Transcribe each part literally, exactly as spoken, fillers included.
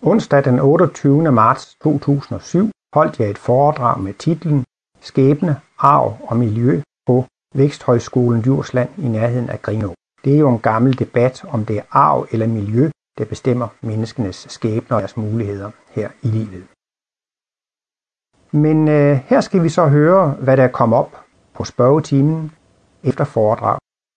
Onsdag den otteogtyvende marts to tusind og syv holdt jeg et foredrag med titlen Skæbne, arv og miljø på Væksthøjskolen Djursland i nærheden af Grenaa. Det er jo en gammel debat, om det er arv eller miljø, der bestemmer menneskenes skæbne og deres muligheder her i livet. Men øh, her skal vi så høre, hvad der kom op på spørgetimen efter foredrag.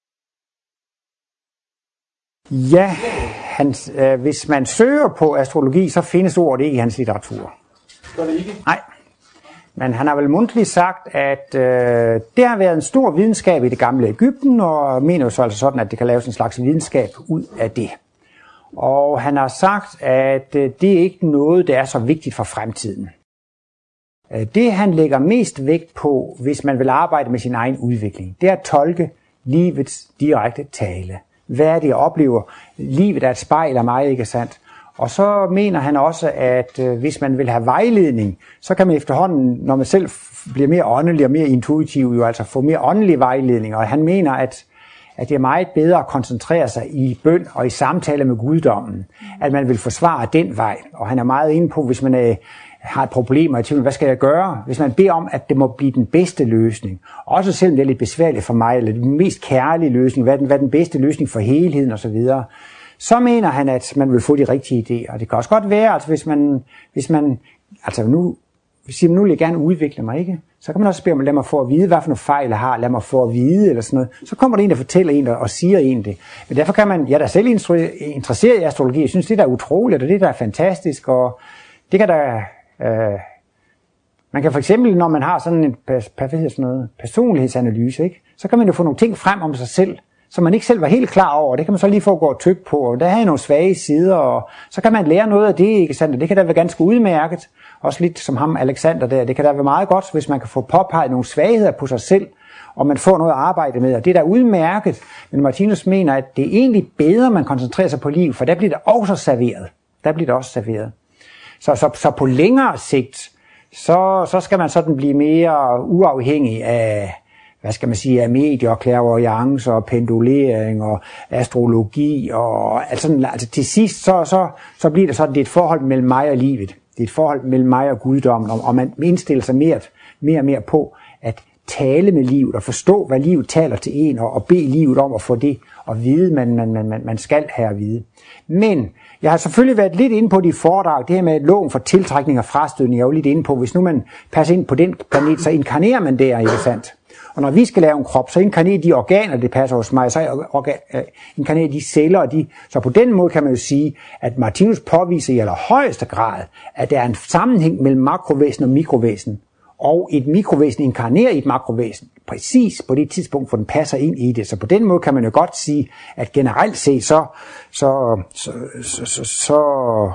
Ja, hans, øh, hvis man søger på astrologi, så findes ordet ikke i hans litteratur. Gør det ikke? Nej. Men han har vel mundtligt sagt, at øh, det har været en stor videnskab i det gamle Egypten, og mener jo så altså sådan, at det kan laves en slags videnskab ud af det. Og han har sagt, at øh, det er ikke noget, der er så vigtigt for fremtiden. Det han lægger mest vægt på, hvis man vil arbejde med sin egen udvikling, det er at tolke livets direkte tale. Hvad er det, jeg oplever? Livet er et spejl af mig, ikke sandt? Og så mener han også, at øh, hvis man vil have vejledning, så kan man efterhånden, når man selv bliver mere åndelig og mere intuitiv, jo altså få mere åndelig vejledning. Og han mener, at, at det er meget bedre at koncentrere sig i bøn og i samtale med guddommen, at man vil forsvare den vej. Og han er meget inde på, hvis man er har et problem og er i tvivl, hvad skal jeg gøre? Hvis man beder om, at det må blive den bedste løsning, også selvom det er lidt besværligt for mig, eller den mest kærlige løsning, hvad er den, hvad er den bedste løsning for helheden osv., så mener han, at man vil få de rigtige idéer. Og det kan også godt være, altså hvis man, hvis man altså nu, siger man, nu vil jeg gerne udvikle mig, ikke? Så kan man også bede om, lad mig få at vide, hvad for nogle fejl jeg har, lad mig få at vide, eller sådan noget. Så kommer der en, der fortæller en, og siger en det. Men derfor kan man, jeg er da selv interesseret i astrologi, jeg synes, det der er utroligt, og det der er fantastisk, og det kan der Uh, man kan for eksempel, når man har sådan en sådan noget, personlighedsanalyse, ikke, så kan man jo få nogle ting frem om sig selv, som man ikke selv var helt klar over. Det kan man så lige få at gå og tykke på, og der er nogle svage sider, og så kan man lære noget af det, ikke sandt? Det kan da være ganske udmærket, også lidt som ham Alexander der. Det kan da være meget godt, hvis man kan få påpeget nogle svagheder på sig selv, og man får noget at arbejde med, og det er da udmærket. Men Martinus mener, at det er egentlig bedre, man koncentrerer sig på liv, for der bliver det også serveret. Der bliver det også serveret. Så, så, så på længere sigt, så, så skal man sådan blive mere uafhængig af, hvad skal man sige, af medier og clairvoyance og pendulering og astrologi og altså, altså til sidst, så, så, så bliver det sådan, det er et forhold mellem mig og livet. Det er et forhold mellem mig og guddommen, og, og man indstiller sig mere, mere og mere på at tale med livet og forstå, hvad livet taler til en, og, og bede livet om at få det og vide, man, man, man, man skal have at vide. Men jeg har selvfølgelig været lidt inde på de foredrag, det her med loven for tiltrækning og frastødning, jeg er jo lidt inde på, hvis nu man passer ind på den planet, så inkarnerer man der, ikke sandt? Og når vi skal lave en krop, så inkarnerer de organer, det passer hos mig, så inkarnerer de celler, og de, så på den måde kan man jo sige, at Martinus påviser i allerhøjeste grad, at der er en sammenhæng mellem makrovæsen og mikrovæsen, og et mikrovæsen inkarnerer i et makrovæsen, præcis på det tidspunkt, hvor den passer ind i det. Så på den måde kan man jo godt sige, at generelt set, så, så, så, så, så, så,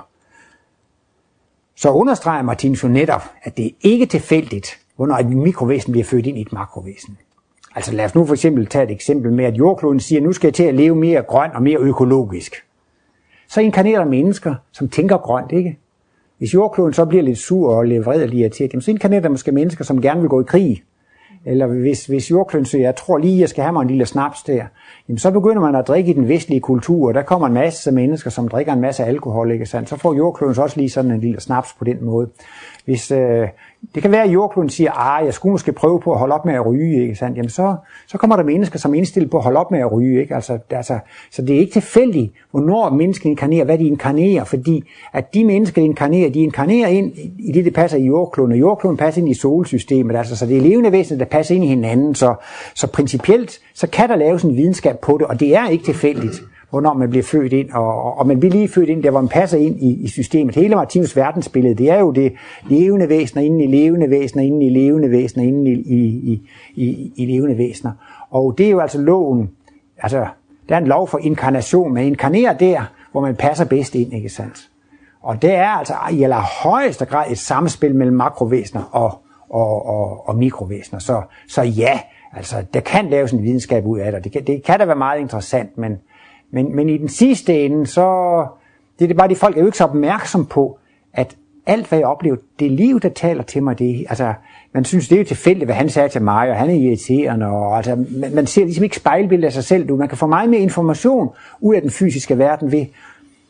så understreger Martinus jo netop, at det er ikke tilfældigt, hvornår et mikrovæsen bliver født ind i et makrovæsen. Altså lad os nu for eksempel tage et eksempel med, at jordkloden siger, at nu skal jeg til at leve mere grønt og mere økologisk. Så inkarnerer der mennesker, som tænker grønt, ikke? Hvis jordkloden så bliver lidt sur og lidt vred og lidt irriteret, så inkarnerer der måske mennesker, som gerne vil gå i krig. Eller hvis, hvis jordkloden siger, jeg tror lige, jeg skal have mig en lille snaps der, jamen så begynder man at drikke i den vestlige kultur, og der kommer en masse mennesker, som drikker en masse alkohol, ikke sandt? Så får jordkloden også lige sådan en lille snaps på den måde. Hvis, øh, det kan være, at jordkloden siger, ah, jeg skulle måske prøve på at holde op med at ryge, ikke sandt? Jamen så, så kommer der mennesker, som er indstillet på at holde op med at ryge, ikke? Altså, altså, så det er ikke tilfældigt, hvornår mennesker inkarnerer, hvad de inkarnerer, fordi at de mennesker, der inkarnerer, de inkarnerer ind i det, der passer i jordkloden, og jordkloden passer ind i solsystemet, altså, så det er levende væsener, der passer ind i hinanden, så, så principielt, så kan der laves en videnskab på det, og det er ikke tilfældigt, hvornår man bliver født ind, og, og man bliver lige født ind der, hvor man passer ind i, i systemet. Hele Martinus verdensbillede, det er jo det levende væsener, inden i levende væsener, inden i levende væsener, inden i, i, i, i, i levende væsener. Og det er jo altså loven, altså der er en lov for inkarnation, man inkarnerer der, hvor man passer bedst ind, ikke sandt? Og det er altså i allerhøjeste grad et samspil mellem makrovæsener og, og, og, og mikrovæsener. Så, så ja, altså der kan laves en videnskab ud af det, det kan, det kan da være meget interessant, men Men, men i den sidste ende, så det er det bare, de folk er jo ikke så opmærksom på, at alt, hvad jeg oplever, det er liv, der taler til mig. Det, altså, man synes, det er jo tilfældigt, hvad han sagde til mig, og han er irriterende. Og, altså, man, man ser ligesom ikke spejlbilledet af sig selv. Du. Man kan få meget mere information ud af den fysiske verden ved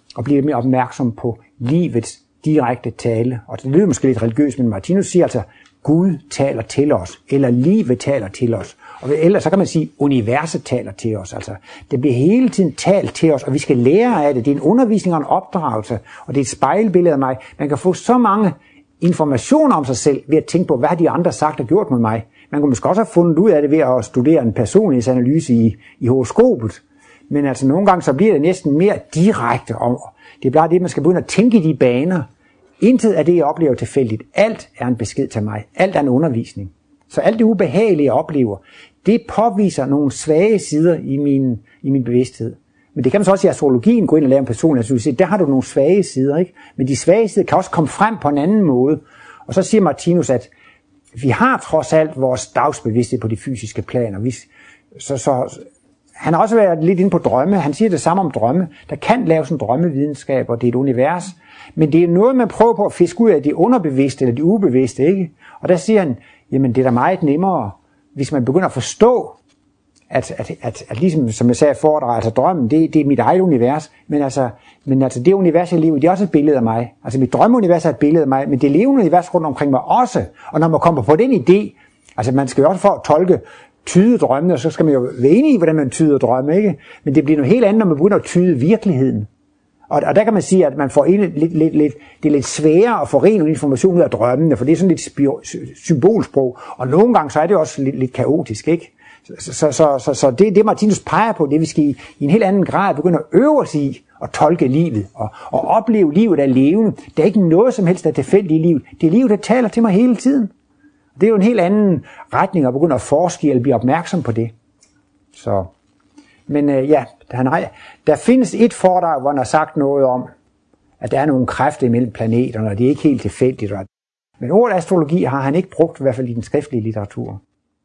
og blive mere opmærksom på livets direkte tale. Og det lyder måske lidt religiøst, men Martinus siger altså, Gud taler til os, eller livet taler til os. Og ellers så kan man sige, universet taler til os. Altså, det bliver hele tiden talt til os, og vi skal lære af det. Det er en undervisning og en opdragelse, og det er et spejlbillede af mig. Man kan få så mange informationer om sig selv ved at tænke på, hvad de andre sagt og gjort med mig. Man kunne måske også have fundet ud af det ved at studere en personlighedsanalyse i, i horoskopet. Men altså nogle gange så bliver det næsten mere direkte om. Det er bare det, man skal begynde at tænke i de baner. Intet af det, jeg oplever tilfældigt. Alt er en besked til mig. Alt er en undervisning. Så alt det ubehagelige, jeg oplever, det påviser nogle svage sider i min, i min bevidsthed. Men det kan man så også i astrologien gå ind og lave en personlighedsanalyse. Der har du nogle svage sider, ikke? Men de svage sider kan også komme frem på en anden måde. Og så siger Martinus, at vi har trods alt vores dagsbevidsthed på de fysiske planer. Vi, så, så, han har også været lidt inde på drømme. Han siger det samme om drømme. Der kan laves en drømmevidenskab, og det er et univers. Men det er noget, man prøver på at fiske ud af det underbevidste eller det ubevidste, ikke? Og der siger han, jamen det er da meget nemmere, hvis man begynder at forstå, at, at, at, at ligesom som jeg sagde foredrag, altså drømmen, det, det er mit eget univers, men altså, men altså det univers, jeg lever i, det er også et billede af mig. Altså mit drømmeunivers er et billede af mig, men det levende univers rundt omkring mig også. Og når man kommer på den idé, altså man skal jo også for at tolke, tyde drømmene, så skal man jo være enig i, hvordan man tyder drømme, ikke? Men det bliver noget helt andet, når man begynder at tyde virkeligheden. Og, og der kan man sige, at man får lidt, lidt, lidt, lidt, det er lidt sværere at få ren information ud af drømmene, for det er sådan lidt spio, symbolsprog, og nogle gange så er det også lidt, lidt kaotisk, ikke? Så, så, så, så, så det, det Martinus peger på, det vi skal i, i en helt anden grad begynde at øve os i at tolke livet, og, og opleve livet af levende. Der er ikke noget som helst, der er tilfældigt i livet. Det er livet, der taler til mig hele tiden. Det er jo en helt anden retning at begynde at forske eller blive opmærksom på det. Så, men øh, ja, han har, der findes et foredrag, hvor han har sagt noget om, at der er nogle kræfter imellem planeterne, og det er ikke helt tilfældigt. Men ordet astrologi har han ikke brugt, i hvert fald i den skriftlige litteratur.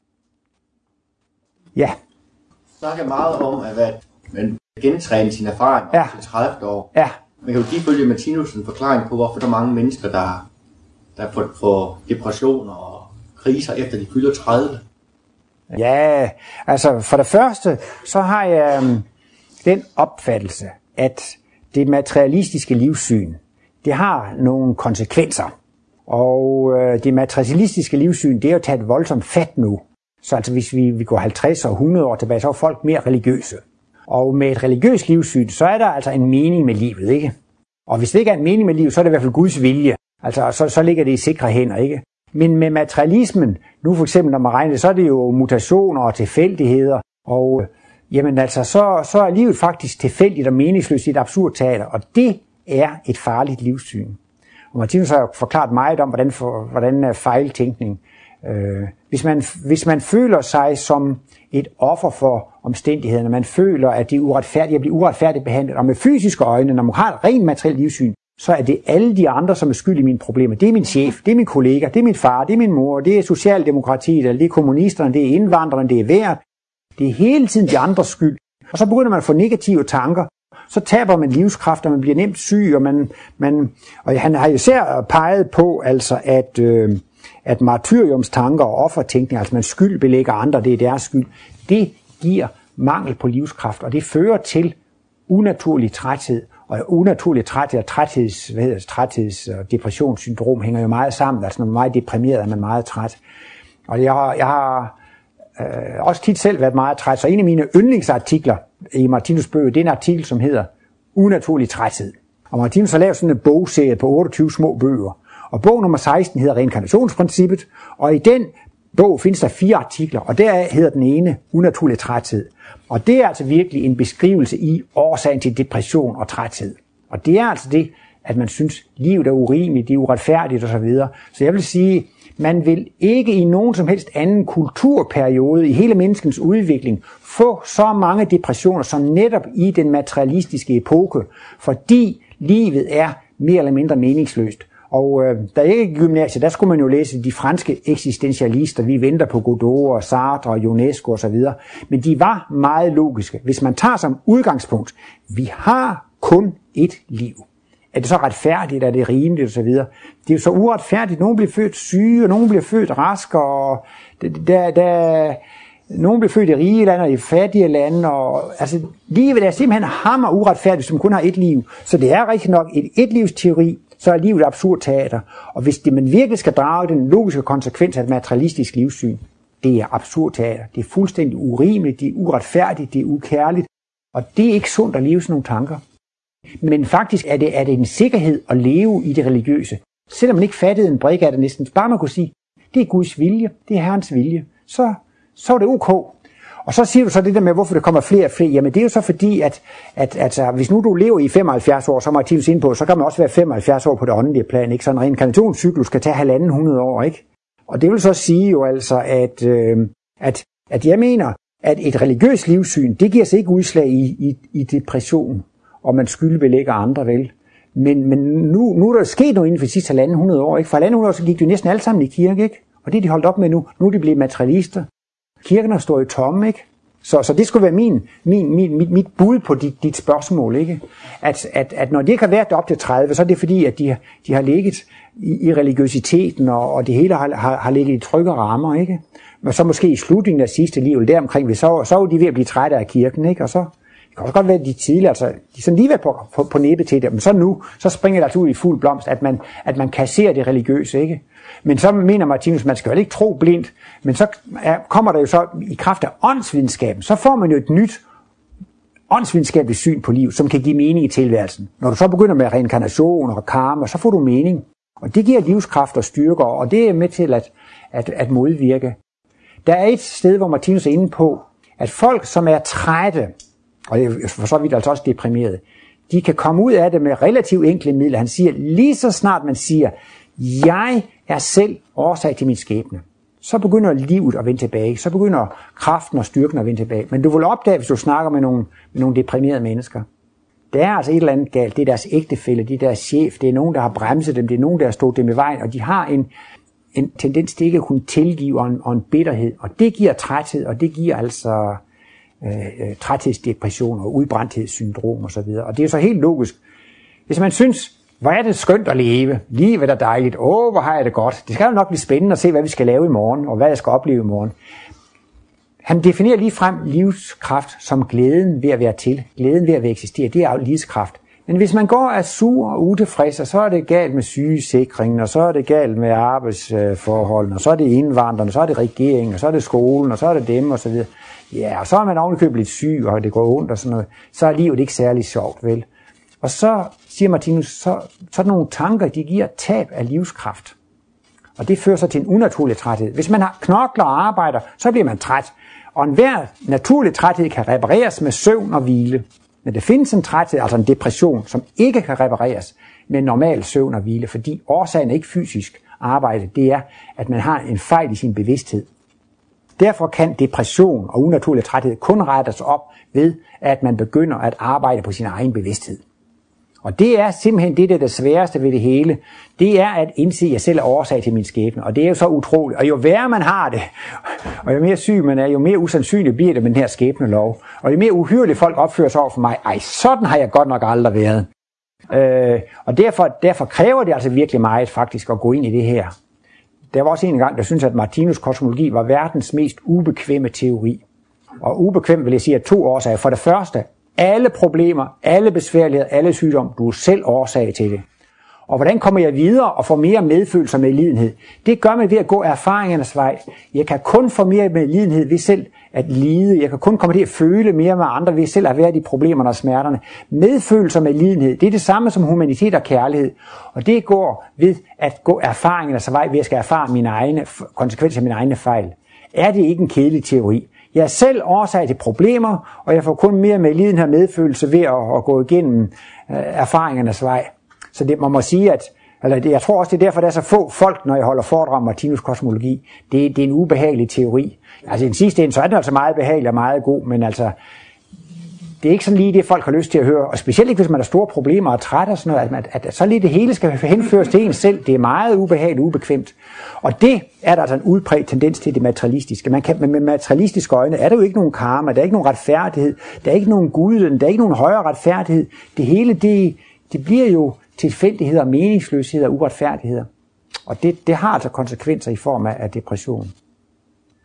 Ja. Snakker meget om, at man gentræner sin erfaring ja. op til tredive år. Ja. Man kan jo give følge Martinus en forklaring på, hvorfor der er mange mennesker, der, der får, får depressioner og kriser efter de fylder tredive. Ja, altså for det første, så har jeg um, den opfattelse, at det materialistiske livssyn, det har nogle konsekvenser. Og øh, det materialistiske livssyn, det er jo taget voldsomt fat nu. Så altså hvis vi, vi går halvtreds og hundrede år tilbage, så er folk mere religiøse. Og med et religiøst livssyn, så er der altså en mening med livet, ikke? Og hvis det ikke er en mening med livet, så er det i hvert fald Guds vilje. Altså så, så ligger det i sikre hænder, ikke? Men med materialismen, nu for eksempel når man regner det, så er det jo mutationer og tilfældigheder. Og jamen altså, så, så er livet faktisk tilfældigt og meningsløst i et absurd teater. Og det er et farligt livssyn. Og Martinus har forklaret meget om, hvordan, for, hvordan er fejltænkning. Øh, hvis, man, hvis man føler sig som et offer for omstændighederne, man føler, at det er uretfærdigt at blive uretfærdigt behandlet, og med fysiske øjne, når man har et rent materielt livssyn, så er det alle de andre, som er skyld i mine problemer. Det er min chef, det er min kollega, det er min far, det er min mor, det er socialdemokratiet, eller det er kommunisterne, det er indvandrerne, det er vejret. Det er hele tiden de andres skyld. Og så begynder man at få negative tanker. Så taber man livskraft, og man bliver nemt syg, og man, man og han har især peget på, altså at, øh, at martyriumstanker og offertænkning, altså man skyldbelægger andre, det er deres skyld, det giver mangel på livskraft, og det fører til unaturlig træthed. Og unaturlig træthed og trætheds, hvad hedder det, trætheds- og depressionssyndrom hænger jo meget sammen. Altså når man er meget deprimeret, er man meget træt. Og jeg har, jeg har øh, også tit selv været meget træt, så en af mine yndlingsartikler i Martinus' bøger, det er en artikel, som hedder Unaturlig træthed. Og Martinus har lavet sådan en bogserie på otteogtyve små bøger. Og bog nummer seksten hedder Reinkarnationsprincippet, og i den bog findes der fire artikler, og der hedder den ene Unaturlig træthed. Og det er altså virkelig en beskrivelse i årsagen til depression og træthed. Og det er altså det, at man synes, livet er urimeligt, det er uretfærdigt osv. Så jeg vil sige, man vil ikke i nogen som helst anden kulturperiode i hele menneskens udvikling få så mange depressioner som netop i den materialistiske epoke, fordi livet er mere eller mindre meningsløst. Og øh, da jeg gik i gymnasiet, der skulle man jo læse de franske eksistentialister. Vi venter på Godot og Sartre og Ionesco osv. Men de var meget logiske. Hvis man tager som udgangspunkt, vi har kun ét liv. Er det så retfærdigt, er det rimeligt osv.? Det er jo så uretfærdigt. Nogle bliver født syge, og nogle bliver født raske. Og der, der, Nogle bliver født i rige lande og i fattige lande, og altså, livet er simpelthen hammer uretfærdigt, som kun har et liv. Så det er rigtig nok et etlivsteori, så er livet absurd teater. Og hvis det, man virkelig skal drage den logiske konsekvens af et materialistisk livssyn, det er absurd teater. Det er fuldstændig urimeligt, det er uretfærdigt, det er ukærligt, og det er ikke sundt at leve sådan nogle tanker. Men faktisk er det, er det en sikkerhed at leve i det religiøse. Selvom man ikke fattede en brik af det næsten, bare man kunne sige, det er Guds vilje, det er Herrens vilje, så, så er det ok. Og så siger du så det der med, hvorfor der kommer flere og flere. Jamen det er jo så fordi, at, at altså, hvis nu du lever i femoghalvfjerds år, så må jeg ind på, så kan man også være femoghalvfjerds år på det åndelige plan. Ikke? Så en reinkarnationscyklus kan tage halvanden hundrede år. Ikke? Og det vil så sige jo altså, at, øh, at, at jeg mener, at et religiøst livssyn, det giver sig ikke udslag i, i, i depression, og man skyldbelægger andre vel. Men, men nu, nu er der sket noget inden for de sidste halvanden hundrede år. Ikke? For halvanden hundrede år, så gik de næsten alle sammen i kirke, ikke? Og det er de holdt op med nu. Nu er de blevet materialister. Kirkerne står i tomme, ikke? Så, så det skulle være min, min, min, mit, mit bud på dit, dit spørgsmål, ikke? At, at, at når de ikke har været op til tredive, så er det fordi, at de, de har ligget i, i religiøsiteten, og, og det hele har, har, har ligget i trygge rammer, ikke? Men så måske i slutningen af sidste liv, deromkring, så, så er de ved at blive trætte af kirken, ikke? Og så det kan også godt være, at de tidligere, altså, de er sådan lige været på, på, på næbet til det, men så nu, så springer det altså ud i fuld blomst, at man, at man kasserer det religiøse, ikke? Men så mener Martinus, man skal jo ikke tro blindt, men så er, kommer der jo så i kraft af åndsvidenskaben, så får man jo et nyt åndsvidenskabeligt syn på liv, som kan give mening i tilværelsen. Når du så begynder med reinkarnation og karma, så får du mening. Og det giver livskraft og styrker, og det er med til at, at, at modvirke. Der er et sted, hvor Martinus er inde på, at folk, som er trætte, og for så vidt altså også deprimerede, de kan komme ud af det med relativt enkle midler. Han siger, lige så snart man siger, jeg er selv årsag til min skæbne, så begynder livet at vende tilbage, så begynder kraften og styrken at vende tilbage. Men du vil opdage, hvis du snakker med nogle, med nogle deprimerede mennesker, der er altså et eller andet galt. Det er deres ægtefælle, det er deres chef, det er nogen, der har bremset dem, det er nogen, der har stået dem i vejen, og de har en, en tendens til ikke at kunne tilgive og en, og en bitterhed, og det giver træthed, og det giver altså øh, træthedsdepression og udbrændthedssyndrom og så videre. Og det er så helt logisk. Hvis man synes, hvor er det skønt at leve, livet er dejligt, åh, hvor har jeg det godt. Det skal jo nok blive spændende at se, hvad vi skal lave i morgen, og hvad jeg skal opleve i morgen. Han definerer lige frem livskraft som glæden ved at være til, glæden ved at eksistere, det er livskraft. Men hvis man går af sur og utilfreds, så er det galt med sygesikringen, og så er det galt med arbejdsforholdene, og så er det indvandrerne, så er det regeringen, og så er det skolen, og så er det dem, og så videre. Ja, og så er man ovenikøbet lidt syg, og det går ondt og sådan noget. Så er livet ikke særlig sjovt, vel? Og så siger Martinus, så sådan nogle tanker, de giver tab af livskraft. Og det fører sig til en unaturlig træthed. Hvis man har knokler og arbejder, så bliver man træt. Og enhver naturlig træthed kan repareres med søvn og hvile. Men der findes en træthed, altså en depression, som ikke kan repareres med normal søvn og hvile, fordi årsagen er ikke fysisk arbejde. Det er, at man har en fejl i sin bevidsthed. Derfor kan depression og unaturlig træthed kun rettes op ved, at man begynder at arbejde på sin egen bevidsthed. Og det er simpelthen det, der er det sværeste ved det hele. Det er at indse, at jeg selv er årsag til min skæbne. Og det er jo så utroligt. Og jo værre man har det, og jo mere syg man er, jo mere usandsynligt bliver det med den her skæbnelov. Og jo mere uhyrligt folk opfører sig over for mig, ej, sådan har jeg godt nok aldrig været. Øh, og derfor, derfor kræver det altså virkelig meget faktisk at gå ind i det her. Der var også en gang, der synes at Martinus' kosmologi var verdens mest ubekvemme teori. Og ubekvem vil jeg sige, at to årsager. For det første, alle problemer, alle besværligheder, alle sygdomme, du er selv årsag til det. Og hvordan kommer jeg videre og får mere medfølelse og medlidenhed? Det gør man ved at gå erfaringernes vej. Jeg kan kun få mere medlidenhed ved selv at lide. Jeg kan kun komme til at føle mere med andre ved selv at være de problemerne og smerterne. Medfølelse og medlidenhed, det er det samme som humanitet og kærlighed. Og det går ved at gå erfaringernes vej, ved at skal erfare mine egne konsekvenser af mine egne fejl. Er det ikke en kedelig teori? Jeg er selv årsag til problemer, og jeg får kun mere medlidenhed og medfølelse ved at, at gå igennem øh, erfaringernes vej. Så det, man må sige, at eller det, jeg tror også, det er derfor, der er så få folk, når jeg holder foredrag om Martinus' kosmologi. Det, det er en ubehagelig teori. Altså i den sidste ende, så er den altså meget behagelig og meget god, men altså, det er ikke sådan lige det, folk har lyst til at høre. Og specielt ikke, hvis man har store problemer og træt og sådan noget, at, man, at, at så lige det hele skal henføres til en selv. Det er meget ubehageligt og ubekvemt. Og det er der altså en udbredt tendens til det materialistiske. Man kan, med materialistiske øjne er der jo ikke nogen karma, der er ikke nogen retfærdighed, der er ikke nogen gud, der er ikke nogen højere retfærdighed. Det hele, det, det bliver jo tilfældigheder, meningsløsheder og uretfærdigheder. Og det, det har altså konsekvenser i form af, af depression.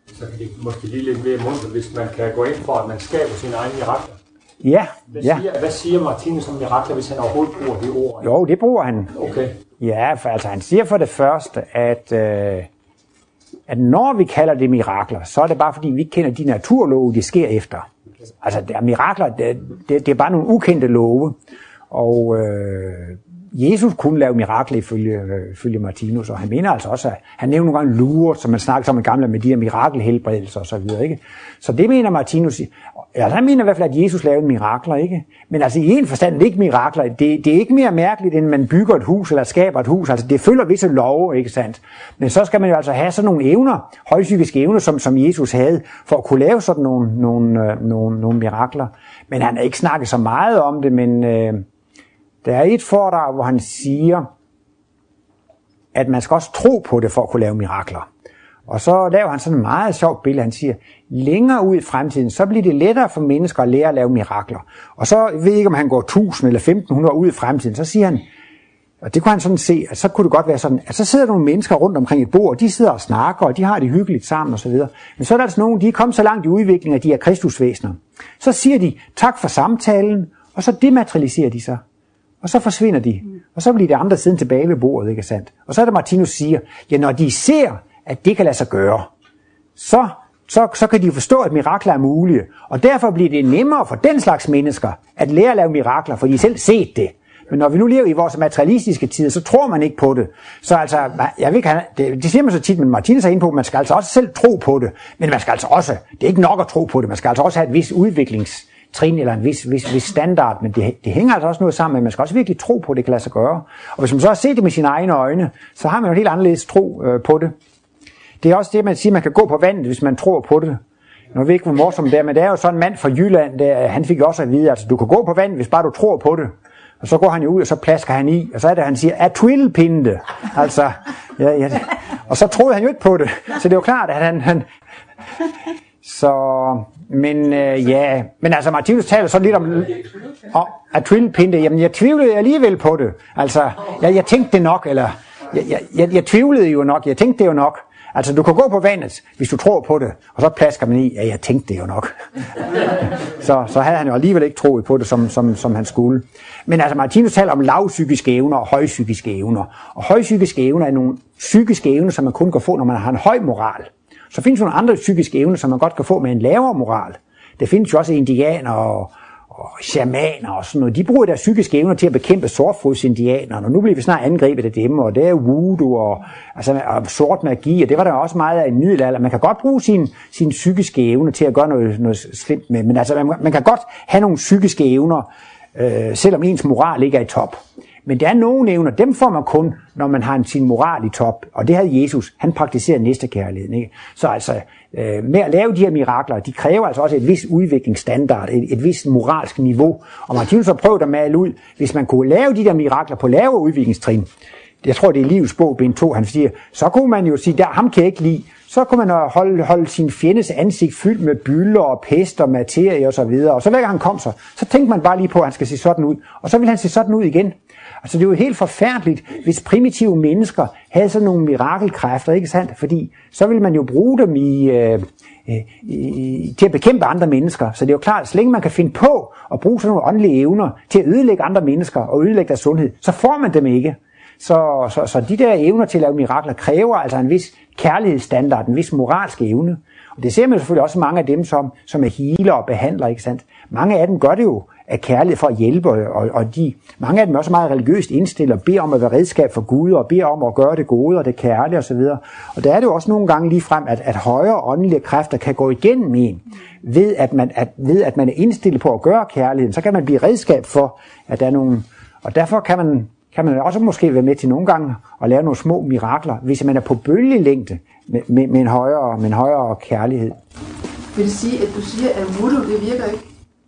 Så kan det måske lige lidt mere mundt, hvis man kan gå ind for, at man skaber sine egne mirakler. Ja, hvad ja. Siger, hvad siger Martinus om mirakler, hvis han overhovedet bruger det ord? Jo, det bruger han. Okay. Ja, for altså han siger for det første, at, øh, at når vi kalder det mirakler, så er det bare fordi, vi ikke kender de naturlove, de sker efter. Altså, der er mirakler, det, det, det er bare nogle ukendte love. Og øh, Jesus kunne lave mirakler ifølge, øh, ifølge Martinus, og han mener altså også, at han nævner nogle gange Lourdes, som man snakker om i gamle med de her mirakelhelbredelser og så videre, ikke? Så det mener Martinus, altså han mener i hvert fald, at Jesus lavede mirakler, ikke? Men altså i en forstand er det ikke mirakler, det, det er ikke mere mærkeligt, end man bygger et hus eller skaber et hus, altså det følger visse love, ikke sandt? Men så skal man jo altså have sådan nogle evner, højpsykiske evner, som, som Jesus havde, for at kunne lave sådan nogle, nogle, øh, nogle, nogle mirakler. Men han har ikke snakket så meget om det, men øh, der er et foredrag, hvor han siger, at man skal også tro på det for at kunne lave mirakler. Og så laver han sådan et meget sjovt billede. Han siger, længere ud i fremtiden, så bliver det lettere for mennesker at lære at lave mirakler. Og så jeg ved ikke, om han går tusind eller femten hundrede ud i fremtiden, så siger han, og det kunne han sådan se, at så kunne det godt være sådan, at så sidder nogle mennesker rundt omkring et bord, og de sidder og snakker, og de har det hyggeligt sammen osv. Men så er der altså nogen, de er kommet så langt i udviklingen, at de er kristusvæsener. Så siger de, tak for samtalen, og så dematerialiserer de sig. Og så forsvinder de. Og så bliver de andre siden tilbage ved bordet, ikke sandt? Og så er det Martinus siger, ja, når de ser, at det kan lade sig gøre, så, så, så kan de forstå, at mirakler er mulige. Og derfor bliver det nemmere for den slags mennesker at lære at lave mirakler, for de selv set det. Men når vi nu lever i vores materialistiske tider, så tror man ikke på det. Så altså, jeg ved ikke, det, det siger man så tit, men Martinus er inde på, at man skal altså også selv tro på det. Men man skal altså også, det er ikke nok at tro på det, man skal altså også have et vis udviklings trin eller en vis, vis, vis standard, men det, det hænger altså også noget sammen med, man skal også virkelig tro på, at det kan lade sig gøre. Og hvis man så har set det med sine egne øjne, så har man jo en helt anderledes tro øh, på det. Det er også det, man siger, man kan gå på vandet, hvis man tror på det. Nu ved jeg ikke, hvor morsomt det er, men det er jo sådan en mand fra Jylland, der, han fik også at vide, altså du kan gå på vandet, hvis bare du tror på det. Og så går han jo ud, og så plasker han i, og så er det, han siger, at twillpinde. Altså, ja, ja. Og så troede han jo ikke på det. Så det er jo klart, at han... han så... Men øh, ja, men altså Martinus taler så lidt om oh, at twillpinde. Jamen jeg tvivlede alligevel på det. Altså, jeg, jeg tænkte det nok, eller jeg, jeg, jeg, jeg tvivlede jo nok, jeg tænkte det jo nok. Altså du kan gå på vandet, hvis du tror på det, og så plasker man i, ja jeg tænkte det jo nok. så, så havde han jo alligevel ikke troet på det, som, som, som han skulle. Men altså Martinus taler om lavpsykiske evner og højpsykiske evner. Og højpsykiske evner er nogle psykiske evner, som man kun kan få, når man har en høj moral. Så findes nogle andre psykiske evner, som man godt kan få med en lavere moral. Der findes jo også indianer og, og shamaner og sådan noget. De bruger deres psykiske evner til at bekæmpe sortfodsindianerne, og nu bliver vi snart angrebet af dem, og det er voodoo og, altså, og sort magi, og det var der også meget af i middelalder. Man kan godt bruge sine sin psykiske evner til at gøre noget, noget slemt med, men altså, man, man kan godt have nogle psykiske evner, øh, selvom ens moral ikke er i top. Men der er nogle evner, dem får man kun, når man har sin moral i top. Og det havde Jesus, han praktiserede næstekærligheden, ikke? Så altså, øh, med at lave de her mirakler, de kræver altså også et vis udviklingsstandard, et, et vis moralsk niveau. Og Martinus har prøvet at male ud, hvis man kunne lave de der mirakler på lavere udviklingstrin, jeg tror det er Livets bog, bind to, han siger, så kunne man jo sige, der ham kan jeg ikke lide. Så kunne man holde, holde sin fjendes ansigt fyldt med bylder og pest og materie og så videre. Og så hver gang han kom så, så tænkte man bare lige på, at han skal se sådan ud. Og så vil han se sådan ud igen. Altså det er jo helt forfærdeligt, hvis primitive mennesker havde sådan nogle mirakelkræfter, ikke sandt? Fordi så ville man jo bruge dem i, øh, øh, til at bekæmpe andre mennesker. Så det er jo klart, at så længe man kan finde på at bruge sådan nogle åndelige evner til at ødelægge andre mennesker og ødelægge deres sundhed, så får man dem ikke. Så, så, så de der evner til at lave mirakler kræver altså en vis kærlighedsstandard, en vis moralsk evne. Og det ser man selvfølgelig også mange af dem, som, som er healer og behandler, ikke sandt? Mange af dem gør det jo af kærlighed for at hjælpe, og, og de, mange af dem er også meget religiøst indstillet og beder om at være redskab for Gud, og beder om at gøre det gode og det kærlige osv. Og der er det jo også nogle gange lige frem, at, at højere åndelige kræfter kan gå igennem en, ved at, man, at, ved at man er indstillet på at gøre kærligheden. Så kan man blive redskab for, at der er nogle... Og derfor kan man... kan man også måske være med til nogle gange at lave nogle små mirakler, hvis man er på bølgelængde med, med, med, en, højere, med en højere kærlighed. Vil det sige, at du siger, at voodoo, det virker ikke?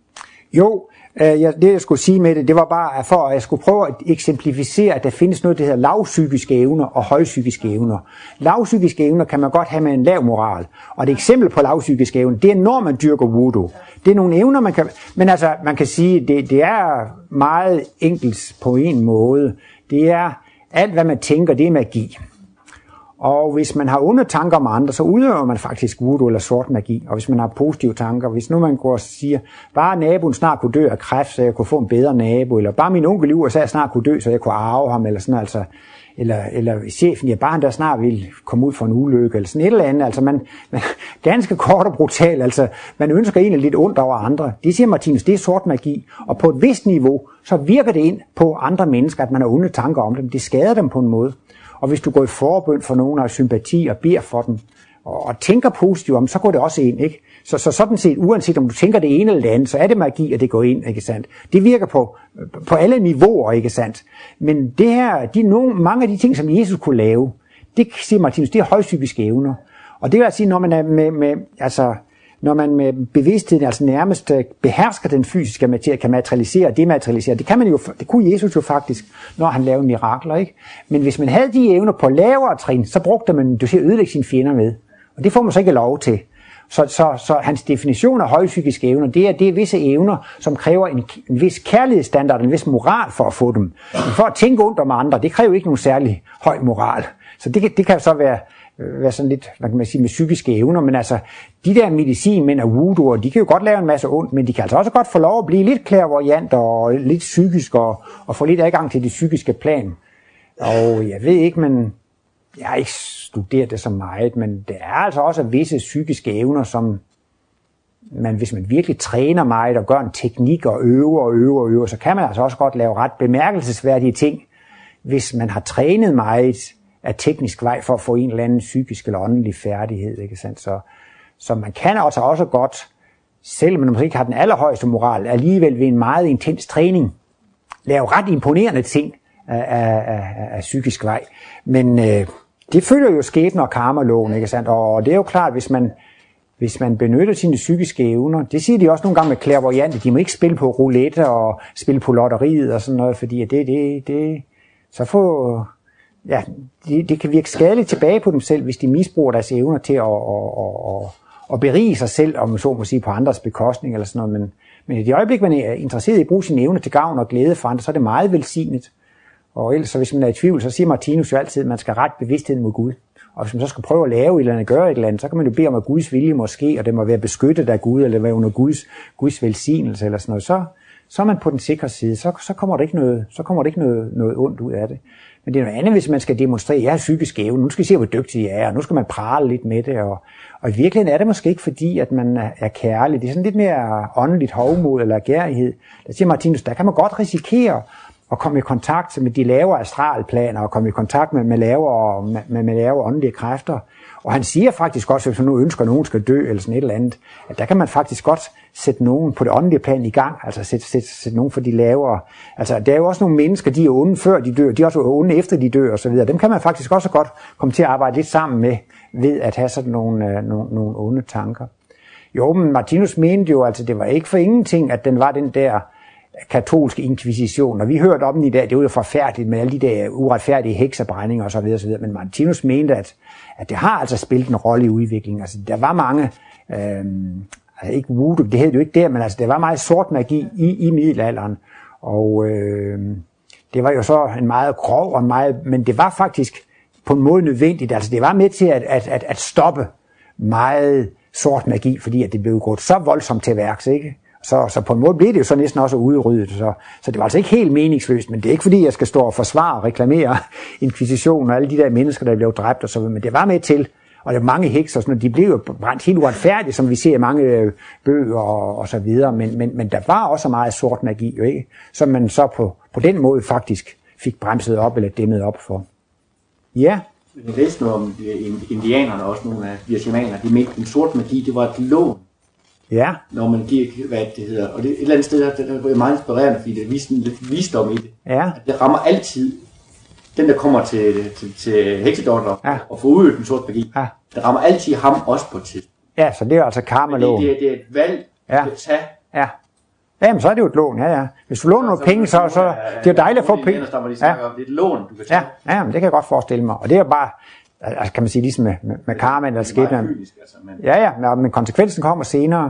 Jo, øh, jeg, det jeg skulle sige med det, det var bare for, at jeg skulle prøve at eksemplificere, at der findes noget, der hedder lavpsykiske evner og højpsykiske evner. Lavpsykiske evner kan man godt have med en lav moral, og et eksempel på lavpsykiske evner, det er når man dyrker voodoo. Det er nogle evner, man kan... Men altså, man kan sige, det, det er meget enkelt på en måde. Det er alt, hvad man tænker, det er magi. Og hvis man har onde tanker om andre, så udøver man faktisk voodoo eller sort magi. Og hvis man har positive tanker, hvis nu man går og siger, bare naboen snart kunne dø af kræft, så jeg kunne få en bedre nabo, eller bare min onkel i U S A snart kunne dø, så jeg kunne arve ham, eller sådan altså, eller, eller chefen, ja, bare han der snart ville komme ud for en ulykke, eller sådan et eller andet, altså man, man ganske kort og brutal, altså man ønsker egentlig lidt ondt over andre. Det siger Martinus, det er sort magi, og på et vist niveau, så virker det ind på andre mennesker, at man har onde tanker om dem, det skader dem på en måde. Og hvis du går i forbøn for nogen af sympati og beder for dem, og, og tænker positivt om, så går det også ind, ikke? Så, så sådan set, uanset om du tænker det ene eller det andet, så er det magi, at det går ind, ikke sandt? Det virker på, på alle niveauer, ikke sandt? Men det her, de, nogle, mange af de ting, som Jesus kunne lave, det siger Martinus, det er højpsykiske evner. Og det vil altså sige, når man er med, med altså, når man med bevidstheden altså nærmest behersker den fysiske materie, kan materialisere og dematerialisere, det kan man jo, det kunne Jesus jo faktisk, når han lavede mirakler, ikke? Men hvis man havde de evner på lavere trin, så brugte man, du siger, ødelægge sine fjender med. Og det får man så ikke lov til. Så, så, så hans definition af højpsykiske evner, det er, det er visse evner, som kræver en, en vis kærlighedsstandard, en vis moral for at få dem. Men for at tænke ondt om andre, det kræver ikke nogen særlig høj moral. Så det, det kan så være, være sådan lidt, hvad kan man sige, med psykiske evner, men altså, de der medicinmænd og voodooer, de kan jo godt lave en masse ondt, men de kan altså også godt få lov at blive lidt clairvoyant og lidt psykisk, og, og få lidt adgang til det psykiske plan. Og jeg ved ikke, men jeg har ikke studeret det så meget, men det er altså også visse psykiske evner, som man, hvis man virkelig træner meget og gør en teknik og øver og øver og øver, så kan man altså også godt lave ret bemærkelsesværdige ting, hvis man har trænet meget af teknisk vej for at få en eller anden psykisk eller åndelig færdighed, ikke sandt? Så, så man kan altså også godt, selvom man måske ikke har den allerhøjeste moral, alligevel ved en meget intens træning, lave ret imponerende ting af, af, af, af psykisk vej. Men øh, det følger jo skæbne og karma-loven, ikke sandt? Og det er jo klart, hvis man, hvis man benytter sine psykiske evner, det siger de også nogle gange med clairvoyante, de må ikke spille på roulette og spille på lotteriet og sådan noget, fordi det, det, det, så får, ja, det, det kan virke skadeligt tilbage på dem selv, hvis de misbruger deres evner til at, at, at, at berige sig selv, om man så må sige, på andres bekostning eller sådan noget. Men, men i det øjeblik, man er interesseret i at bruge sine evner til gavn og glæde for andre, så er det meget velsignet. Og ellers, så hvis man er i tvivl, så siger Martinus jo altid, at man skal rette bevidstheden mod Gud. Og hvis man så skal prøve at lave et eller andet, gøre et eller andet, så kan man jo bede om, at Guds vilje må ske, og det må være beskyttet af Gud, eller være under Guds, Guds velsignelse, eller sådan noget. Så, så er man på den sikre side, så, så kommer der ikke, noget, så kommer der ikke noget, noget ondt ud af det. Men det er noget andet, hvis man skal demonstrere, at jeg er psykisk evne, nu skal I se, hvor dygtig jeg er, og nu skal man prale lidt med det. Og, og i virkeligheden er det måske ikke fordi, at man er kærlig. Det er sådan lidt mere åndeligt hovmod eller gærighed. Der siger Martinus, der kan man godt risikere at komme i kontakt med de lavere astralplaner, og komme i kontakt med, med, lavere, med, med lavere åndelige kræfter. Og han siger faktisk også, hvis man nu ønsker, at nogen skal dø, eller sådan et eller andet, at der kan man faktisk godt sætte nogen på det åndelige plan i gang, altså sætte, sætte, sætte nogen for de lavere. Altså, der er jo også nogle mennesker, de er onde før de dør, de er også onde efter de dør, og så videre. Dem kan man faktisk også godt komme til at arbejde lidt sammen med, ved at have sådan nogle, øh, nogle, nogle onde tanker. Jo, men Martinus mente jo, altså det var ikke for ingenting, at den var den der katolske inkvisition, og vi hørte om den i dag, det var jo forfærdeligt med alle de der uretfærdige heksebrændinger og så videre, så videre. Men Martinus mente, at, at det har altså spillet en rolle i udviklingen. Altså, der var mange, øh, altså ikke voodoo, det hed jo ikke der, men altså, der var meget sort magi i, i middelalderen, og øh, det var jo så en meget grov og en meget, men det var faktisk på en måde nødvendigt, altså det var med til at, at, at, at stoppe meget sort magi, fordi at det blev gået så voldsomt til værks, ikke? Så, så på en måde blev det jo så næsten også udryddet. Så, så det var altså ikke helt meningsløst, men det er ikke fordi, jeg skal stå og forsvare og reklamere inkvisitionen og alle de der mennesker, der blev dræbt og så, men det var med til, og der var mange hekser, sådan, de blev jo brændt helt uretfærdigt, som vi ser i mange bøger og, og så videre, men, men, men der var også meget sort magi, jo ikke? Som man så på, på den måde faktisk fik bremset op eller dæmmet op for. Ja. Jeg læste noget om indianerne, også nogle af de shamanerne, de mente, en sort magi, det var et lån. Ja. Når man giver, hvad det hedder. Og det, et eller andet sted, der, der er meget inspirerende, fordi det viser lidt visdom i det. Ja. Det rammer altid den, der kommer til, til, til heksedotter ja. og får udøvet den sorte magi. Ja. Det rammer altid ham også på tid. Ja, så det er altså karma-lån. Det, det, det er et valg, ja. du kan tage. Ja. Jamen, så er det jo et lån, ja, ja. Hvis du låner nogle penge, så, så det er dejligt at få penge. De ja. Om, det er et lån, du kan tage. Ja, ja, men det kan jeg godt forestille mig. Og det er bare, altså, kan man sige, ligesom med, med, med karma eller skæbnen. Altså, men... Ja, ja, men konsekvensen kommer senere.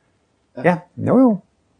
Ja, ja jo jo.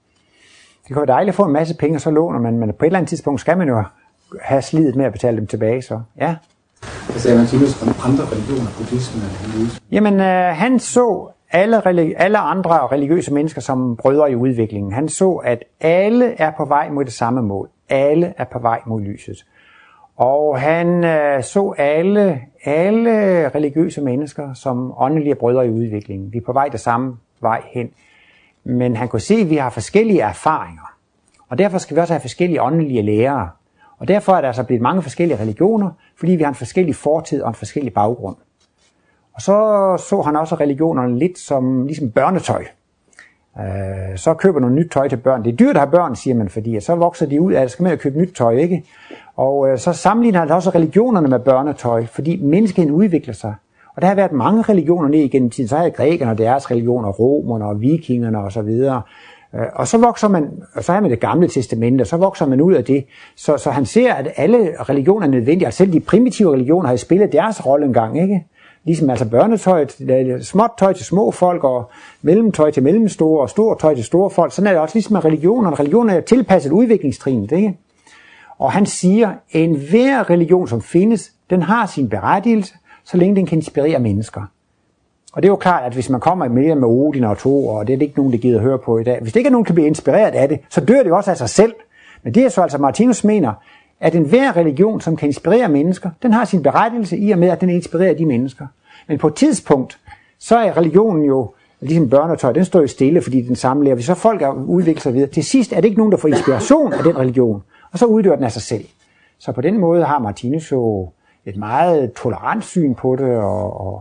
Det kan være dejligt at få en masse penge, og så låner man, men på et eller andet tidspunkt skal man jo have slidet med at betale dem tilbage, så ja. Hvad sagde Martinus om andre religioner, buddhismen eller hinduismen? Jamen, øh, han så alle, alle andre religiøse mennesker som brødre i udviklingen. Han så, at alle er på vej mod det samme mål. Alle er på vej mod lyset. Og han øh, så alle, alle religiøse mennesker som åndelige brødre i udviklingen. Vi er på vej det samme vej hen. Men han kunne se, at vi har forskellige erfaringer. Og derfor skal vi også have forskellige åndelige lærere. Og derfor er der altså blevet mange forskellige religioner, fordi vi har en forskellig fortid og en forskellig baggrund. Og så så han også religionerne lidt som ligesom børnetøj. Øh, så køber noget nyt tøj til børn. Det er dyrt at have børn, siger man, fordi så vokser de ud af det. Så skal man jo købe nyt tøj, ikke? Og øh, så sammenligner han også religionerne med børnetøj, fordi menneskeheden udvikler sig. Og der har været mange religioner ned igennem tiden. Så har grækerne og deres religioner, romerne og vikingerne og så videre. Og så vokser man, og så har man det gamle testamente, og så vokser man ud af det. Så, så han ser, at alle religioner er nødvendige. Altså selv de primitive religioner har spillet deres rolle engang, ikke? Ligesom altså børnetøj, småt tøj til små folk, og mellemtøj til mellemstore, og stort tøj til store folk. Sådan er det også ligesom med religioner. Religioner er tilpasset udviklingstrinet, ikke? Og han siger, at enhver religion, som findes, den har sin berettigelse, så længe den kan inspirere mennesker. Og det er jo klart, at hvis man kommer mere med Odin og Thor, og det er det ikke nogen, der gider at høre på i dag, hvis det ikke er nogen, der kan blive inspireret af det, så dør det jo også af sig selv. Men det er så altså, Martinus mener, at enhver religion, som kan inspirere mennesker, den har sin berettigelse i og med, at den inspirerer de mennesker. Men på et tidspunkt, så er religionen jo ligesom børnetøj, den står jo stille, fordi den sammenlærer. Hvis så folk er udviklet sig videre, til sidst er det ikke nogen, der får inspiration af den religion, og så uddør den af sig selv. Så på den måde har Martinus jo et meget tolerant syn på det, og, og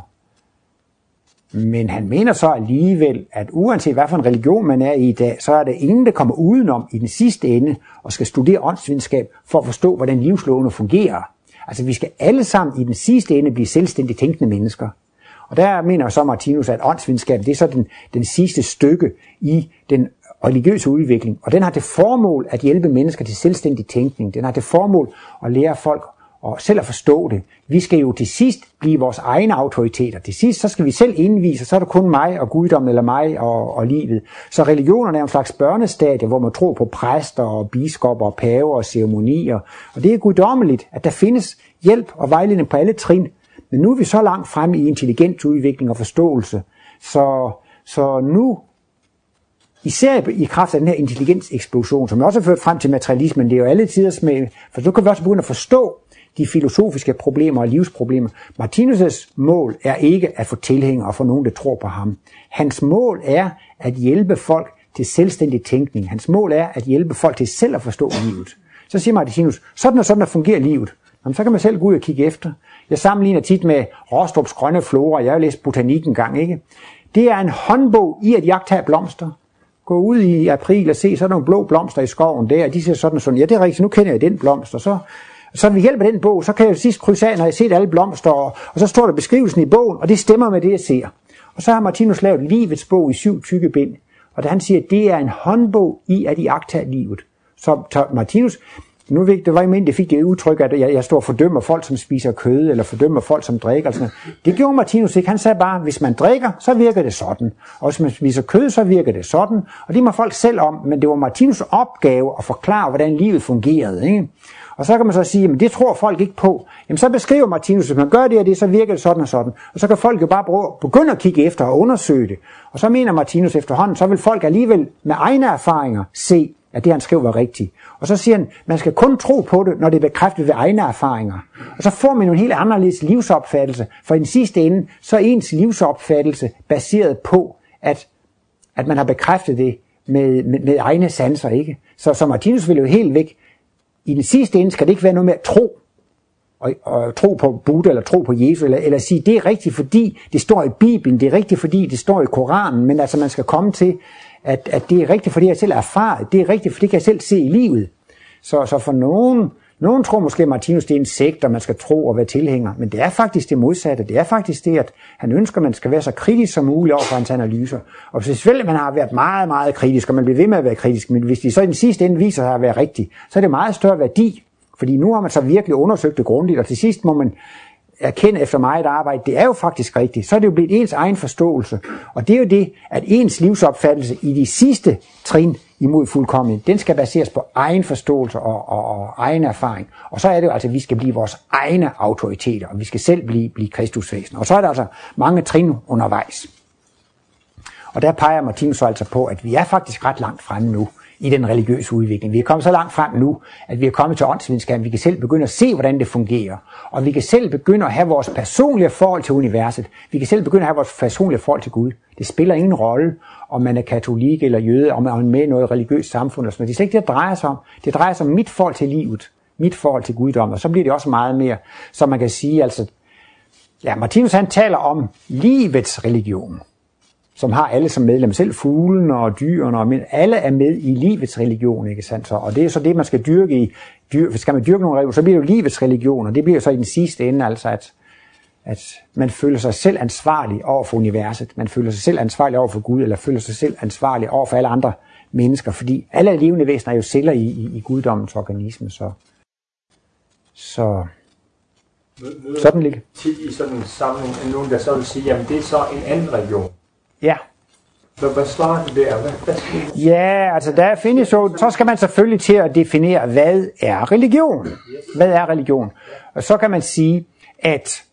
men han mener så alligevel, at uanset hvad for en religion man er i i dag, så er der ingen, der kommer udenom i den sidste ende og skal studere åndsvidenskab for at forstå, hvordan livslovene fungerer. Altså vi skal alle sammen i den sidste ende blive selvstændigt tænkende mennesker. Og der mener så Martinus, at åndsvidenskab, det er så den, den sidste stykke i den religiøse udvikling. Og den har det formål at hjælpe mennesker til selvstændig tænkning. Den har det formål at lære folk og selv at forstå det. Vi skal jo til sidst blive vores egne autoriteter. Til sidst så skal vi selv indvise, så er det kun mig og guddommen eller mig og, og livet. Så religionerne er en slags børnestadie, hvor man tror på præster og biskopper og paver og ceremonier. Og det er guddommeligt, at der findes hjælp og vejledning på alle trin. Men nu er vi så langt fremme i intelligens udvikling og forståelse. Så, så nu, især i kraft af den her intelligenseksplosion, som også har ført frem til materialismen, det er jo alle tiders med, for så kan vi også begynde at forstå de filosofiske problemer og livsproblemer. Martinus' mål er ikke at få tilhængere og få nogen, der tror på ham. Hans mål er at hjælpe folk til selvstændig tænkning. Hans mål er at hjælpe folk til selv at forstå livet. Så siger Martinus, sådan og sådan at fungerer livet. Jamen, så kan man selv gå ud og kigge efter. Jeg sammenligner tit med Rostrups grønne flora. Jeg har jo læst botanik en gang, ikke? Det er en håndbog i at jagtage blomster. Gå ud i april og se, så er der nogle blå blomster i skoven der, og de ser sådan og sådan. Ja, det er rigtigt, nu kender jeg den blomst, og så Så ved hjælp af den bog, så kan jeg jo sidst krydse af, når jeg har set alle blomster, og, og så står der beskrivelsen i bogen, og det stemmer med det, jeg ser. Og så har Martinus lavet livets bog i syv tykke bind, og da han siger, at det er en håndbog i at iagttage livet. Så Martinus, nu ved det var imens, det fik det udtryk, at jeg, jeg står og fordømmer folk, som spiser kød, eller fordømmer folk, som drikker. Eller sådan. Det gjorde Martinus ikke. Han sagde bare, hvis man drikker, så virker det sådan. Og hvis man spiser kød, så virker det sådan. Og det må folk selv om, men det var Martinus' opgave at forklare, hvordan livet fungerede, ikke? Og så kan man så sige, at det tror folk ikke på. Jamen så beskriver Martinus, at hvis man gør det og det, så virker det sådan og sådan. Og så kan folk jo bare begynde at kigge efter og undersøge det. Og så mener Martinus efterhånden, så vil folk alligevel med egne erfaringer se, at det han skrev var rigtigt. Og så siger han, man skal kun tro på det, når det er bekræftet ved egne erfaringer. Og så får man en helt anderledes livsopfattelse. For i den sidste ende, så er ens livsopfattelse baseret på, at, at man har bekræftet det med, med, med egne sanser, ikke? Så, så Martinus vil jo helt væk. I den sidste ende skal det ikke være noget med at tro, og, og tro på Buddha, eller tro på Jesus, eller, eller sige, det er rigtigt, fordi det står i Bibelen, det er rigtigt, fordi det står i Koranen, men altså man skal komme til, at, at det er rigtigt, fordi jeg selv er erfaret, det er rigtigt, fordi jeg kan selv se i livet. Så, så for nogen, nogen tror måske, at Martinus det er en sekt, og man skal tro og være tilhænger, men det er faktisk det modsatte. Det er faktisk det, at han ønsker, at man skal være så kritisk som muligt over for hans analyser. Og hvis selvfølgelig man har været meget, meget kritisk, og man bliver ved med at være kritisk, men hvis de så i den sidste ende viser sig at være rigtigt, så er det meget større værdi, fordi nu har man så virkelig undersøgt det grundigt, og til sidst må man erkende efter meget arbejde, det er jo faktisk rigtigt, så er det jo blevet ens egen forståelse. Og det er jo det, at ens livsopfattelse i de sidste trin imod fuldkommenhed, den skal baseres på egen forståelse og, og, og egen erfaring. Og så er det jo altså, at vi skal blive vores egne autoriteter, og vi skal selv blive, blive kristusvæsen. Og så er der altså mange trin undervejs. Og der peger Martinus altså på, at vi er faktisk ret langt fremme nu i den religiøse udvikling. Vi er kommet så langt frem nu, at vi er kommet til åndsvidenskaben. Vi kan selv begynde at se, hvordan det fungerer. Og vi kan selv begynde at have vores personlige forhold til universet. Vi kan selv begynde at have vores personlige forhold til Gud. Det spiller ingen rolle, om man er katolik eller jøde, om man er med i noget religiøst samfund. Eller sådan noget. Det er slet ikke det, det drejer sig om. Det drejer sig om mit forhold til livet. Mit forhold til guddommen. Og så bliver det også meget mere, så man kan sige, altså, ja, Martinus han taler om livets religion, som har alle som medlem, selv fuglen og dyrene, og alle er med i livets religion, ikke sandt? Så, og det er så det, man skal dyrke i. Dyr, skal man dyrke nogle religion, så bliver det jo livets religion, og det bliver så i den sidste ende, altså at, at man føler sig selv ansvarlig over for universet, man føler sig selv ansvarlig over for Gud, eller føler sig selv ansvarlig over for alle andre mennesker, fordi alle levende væsener er jo celler i, i, i guddommens organisme, så, så sådan ligger. Tit i sådan en samling er nogen, der så vil sige, jamen det er så en anden religion. Ja. Hvad, hvad svarer du der? Hvad, hvad skal du... Ja, altså der findes jo, så skal man selvfølgelig til at definere, hvad er religion? Hvad er religion? Og så kan man sige, at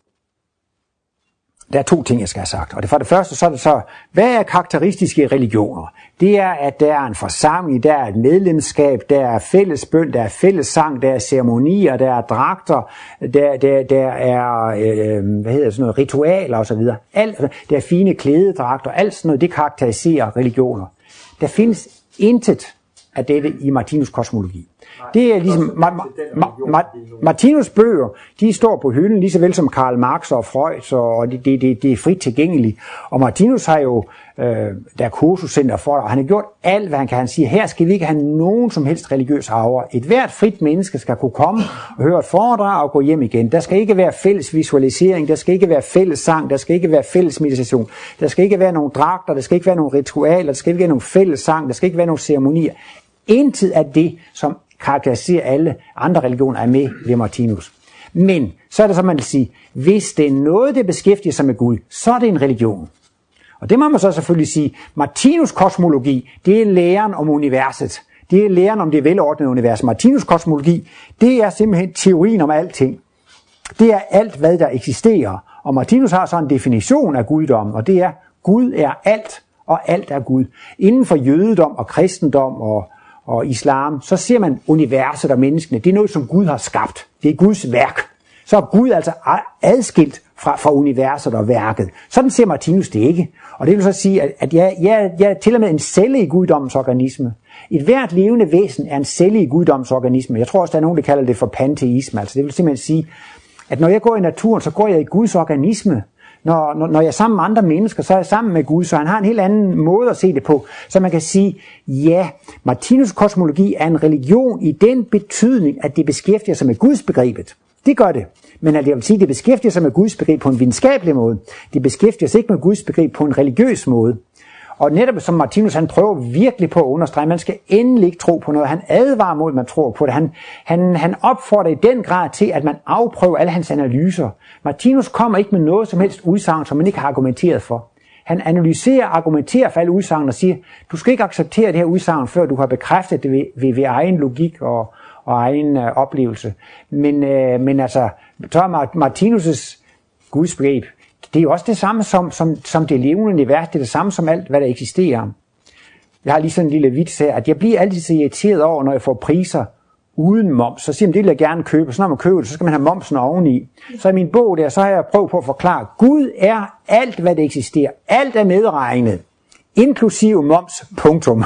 der er to ting, jeg skal have sagt. Og det for det første, så er det så, hvad er karakteristiske religioner? Det er, at der er en forsamling, der er et medlemskab, der er fællesbøn, der er fællessang, der er ceremonier, der er dragter, der, der, der er øh, hvad hedder sådan noget, ritualer osv. Alt, der er fine klædedragter, alt sådan noget, det karakteriserer religioner. Der findes intet af dette i Martinus kosmologi. Det er ligesom, ma, ma, ma, Martinus bøger, de står på hylden, lige så vel som Karl Marx og Freud, og det, det, det, det er frit tilgængeligt. Og Martinus har jo, øh, der er kursuscenter for det, og han har gjort alt, hvad han kan. Han siger, her skal vi ikke have nogen som helst religiøs arver. Et hvert frit menneske skal kunne komme og høre et foredrag og gå hjem igen. Der skal ikke være fælles visualisering, der skal ikke være fælles sang, der skal ikke være fælles meditation, der skal ikke være nogen dragter, der skal ikke være nogen ritualer, der skal ikke være nogen fælles sang, der skal ikke være nogen ceremonier. Intet af det, som karakteriserer alle andre religioner, er med ved Martinus. Men så er det så, man vil sige, hvis det er noget, der beskæftiger sig med Gud, så er det en religion. Og det må man så selvfølgelig sige, Martinus kosmologi, det er læren om universet. Det er læren om det velordnede univers. Martinus kosmologi, det er simpelthen teorien om alting. Det er alt, hvad der eksisterer. Og Martinus har så en definition af guddommen, og det er, Gud er alt, og alt er Gud. Inden for jødedom og kristendom og og islam, så ser man universet og menneskene. Det er noget, som Gud har skabt. Det er Guds værk. Så er Gud altså adskilt fra, fra universet og værket. Sådan ser Martinus det ikke. Og det vil så sige, at, at jeg, jeg, jeg er til og med en celle i guddommens organisme. Et hvert levende væsen er en celle i guddommens organisme. Jeg tror også, der er nogen, der kalder det for panteisme. Altså det vil simpelthen sige, at når jeg går i naturen, så går jeg i Guds organisme. Når, når, når jeg er sammen med andre mennesker, så er jeg sammen med Gud, så han har en helt anden måde at se det på. Så man kan sige, ja, Martinus kosmologi er en religion i den betydning, at det beskæftiger sig med Guds begrebet. Det gør det. Men at jeg vil sige, at det beskæftiger sig med Guds begreb på en videnskabelig måde. Det beskæftiger sig ikke med Guds begreb på en religiøs måde. Og netop som Martinus, han prøver virkelig på at understrege, man skal endelig ikke tro på noget. Han advarer mod, at man tror på det. Han, han, han opfordrer i den grad til, at man afprøver alle hans analyser. Martinus kommer ikke med noget som helst udsagn, som man ikke har argumenteret for. Han analyserer og argumenterer for alle udsagn og siger, du skal ikke acceptere det her udsagn, før du har bekræftet det ved, ved, ved egen logik og, og egen øh, oplevelse. Men, øh, men altså, så er Martinus' Guds begreb, det er jo også det samme som, som, som det levende univers, det er det samme som alt, hvad der eksisterer. Jeg har lige sådan en lille vits her, at jeg bliver altid så irriteret over, når jeg får priser uden moms. Så siger man, det vil jeg gerne købe. Så når man køber det, så skal man have momsen oveni. Så i min bog der, så har jeg prøvet på at forklare, Gud er alt, hvad der eksisterer. Alt er medregnet. Inklusive moms. Punktum.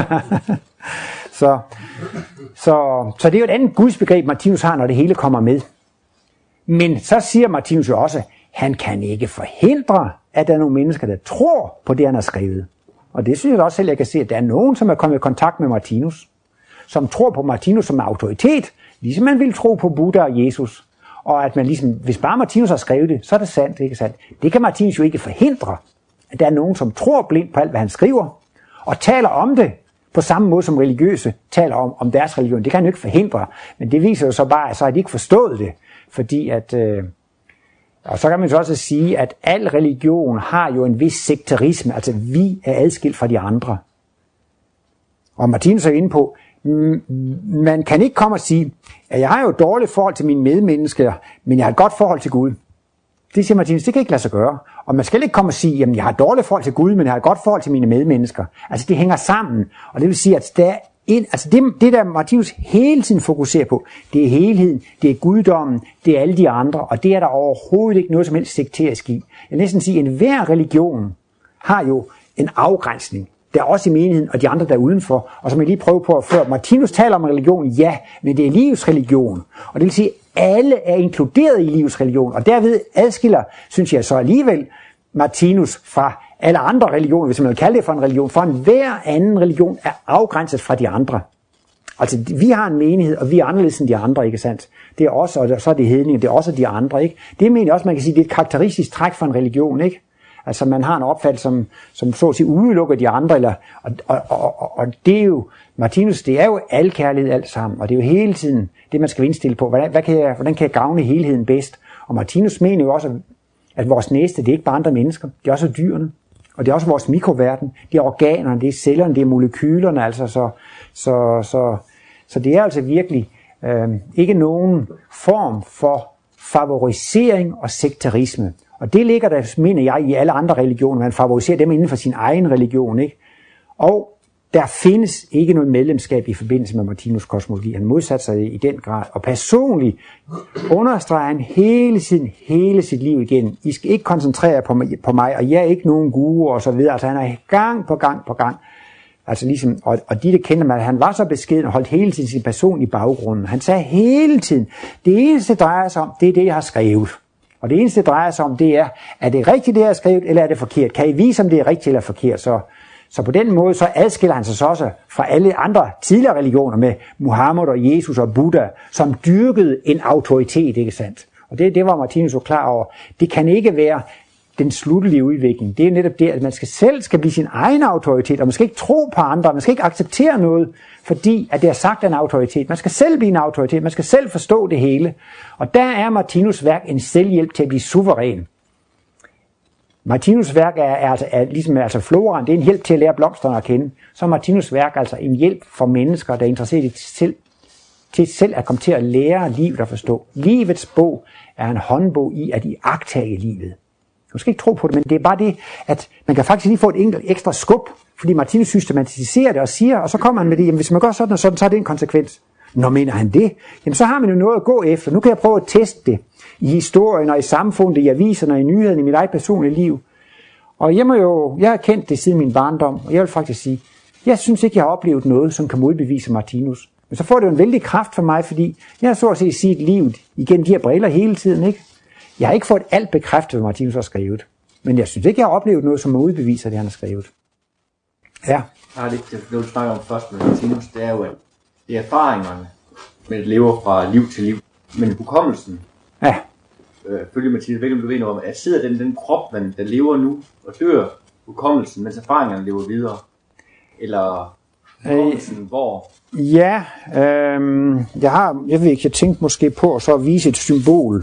så, så, så det er jo et andet gudsbegreb, Martinus har, når det hele kommer med. Men så siger Martinus jo også, han kan ikke forhindre, at der er nogle mennesker, der tror på det, han har skrevet. Og det synes jeg også selv, jeg kan se, at der er nogen, som er kommet i kontakt med Martinus, som tror på Martinus som autoritet, ligesom man vil tro på Buddha og Jesus. Og at man ligesom, hvis bare Martinus har skrevet det, så er det sandt, ikke sandt? Det kan Martinus jo ikke forhindre, at der er nogen, som tror blindt på alt, hvad han skriver, og taler om det på samme måde som religiøse taler om, om deres religion. Det kan han jo ikke forhindre, men det viser jo så bare, at så har de ikke forstået det, fordi at... Øh, Og så kan man så også sige, at al religion har jo en vis sekterisme, altså vi er adskilt fra de andre. Og Martinus er inde på, man kan ikke komme og sige, at jeg har jo et dårligt forhold til mine medmennesker, men jeg har et godt forhold til Gud. Det siger Martinus, det kan ikke lade sig gøre. Og man skal ikke komme og sige, at jeg har et dårligt forhold til Gud, men jeg har et godt forhold til mine medmennesker. Altså det hænger sammen, og det vil sige, at der er en, altså det, det der Martinus hele tiden fokuserer på, det er helheden, det er guddommen, det er alle de andre, og det er der overhovedet ikke noget som helst sekterisk i. Jeg vil næsten sige, at enhver religion har jo en afgrænsning. Der er også i menigheden, og de andre der er udenfor. Og som jeg lige prøver på at før, Martinus taler om religion, ja, men det er livets religion. Og det vil sige, at alle er inkluderet i livets religion. Og derved adskiller, synes jeg så alligevel, Martinus fra alle andre religioner, hvis man vil kalde det for en religion, for enhver anden religion er afgrænset fra de andre. Altså, vi har en menighed, og vi er anderledes end de andre, ikke sandt? Det er også, og så er det hedninger, det er også de andre, ikke? Det mener jeg også, man kan sige, det er et karakteristisk træk for en religion, ikke? Altså man har en opfattelse, som, som så at sige udelukker de andre, eller, og, og, og, og det er jo, Martinus, det er jo al kærlighed alt sammen, og det er jo hele tiden det, man skal indstille på, hvordan, hvad kan jeg, hvordan kan jeg gavne helheden bedst? Og Martinus mener jo også, at vores næste, det er ikke bare andre mennesker, det er også dyrene, og det er også vores mikroverden, det er organerne, det er cellerne, det er molekylerne, altså så, så, så, så det er altså virkelig øh, ikke nogen form for favorisering og sekterisme. Og det ligger der, mener jeg, i alle andre religioner. Man favoriserer dem inden for sin egen religion, ikke? Og der findes ikke noget medlemskab i forbindelse med Martinus kosmologi. Han modsatte sig i den grad. Og personligt understreger han hele tiden, hele sit liv igen. I skal ikke koncentrere jer på mig, på mig og jeg er ikke nogen guru og så videre. Altså han er gang på gang på gang. Altså ligesom, og, og de, der kender mig, han var så beskeden og holdt hele tiden sin person i baggrunden. Han sagde hele tiden, det eneste drejer sig om, det er det, jeg har skrevet. Og det eneste, det drejer sig om, det er, er det rigtigt, det jeg har skrevet, eller er det forkert? Kan I vise, om det er rigtigt eller forkert? Så, så på den måde, så adskiller han sig så også fra alle andre tidligere religioner med Muhammed og Jesus og Buddha, som dyrkede en autoritet, ikke sandt? Og det, det var Martinus så klar over. Det kan ikke være den sluttelige udvikling. Det er netop det, at man skal selv skal blive sin egen autoritet, og man skal ikke tro på andre, man skal ikke acceptere noget, fordi at det er sagt af en autoritet. Man skal selv blive en autoritet, man skal selv forstå det hele. Og der er Martinus' værk en selvhjælp til at blive suveræn. Martinus' værk er, er, altså, er ligesom altså floraen, det er en hjælp til at lære blomsterne at kende. Så er Martinus' værk altså en hjælp for mennesker, der er interesseret i selv, til selv at komme til at lære livet at forstå. Livets bog er en håndbog i at iagttage livet. Du skal ikke tro på det, men det er bare det, at man kan faktisk lige få et enkelt ekstra skub, fordi Martinus systematiserer det og siger, og så kommer han med det, jamen hvis man gør sådan og sådan, så er det en konsekvens. Når mener han det? Jamen så har man jo noget at gå efter. Nu kan jeg prøve at teste det i historien og i samfundet, i aviserne og i nyhederne, i mit eget personlige liv. Og jeg må jo, jeg har kendt det siden min barndom, og jeg vil faktisk sige, jeg synes ikke, jeg har oplevet noget, som kan modbevise Martinus. Men så får det jo en vældig kraft for mig, fordi jeg har så at sige sit liv igennem de her briller hele tiden, ikke? Jeg har ikke fået alt bekræftet, hvad Martinus har skrevet. Men jeg synes ikke, jeg har oplevet noget, som modbeviser det, han har skrevet. Ja. Jeg har lidt det, du snakker om først med Martinus, det er jo, at det er erfaringerne, med at leve fra liv til liv. Men hukommelsen, ja. øh, følge Martinus, ved du ved noget om, at sidder den, den krop, man, der lever nu, og dør hukommelsen, mens erfaringerne lever videre? Eller hukommelsen, øh, hvor? Ja, øh, jeg har, jeg ved ikke, jeg tænkte måske på at så vise et symbol.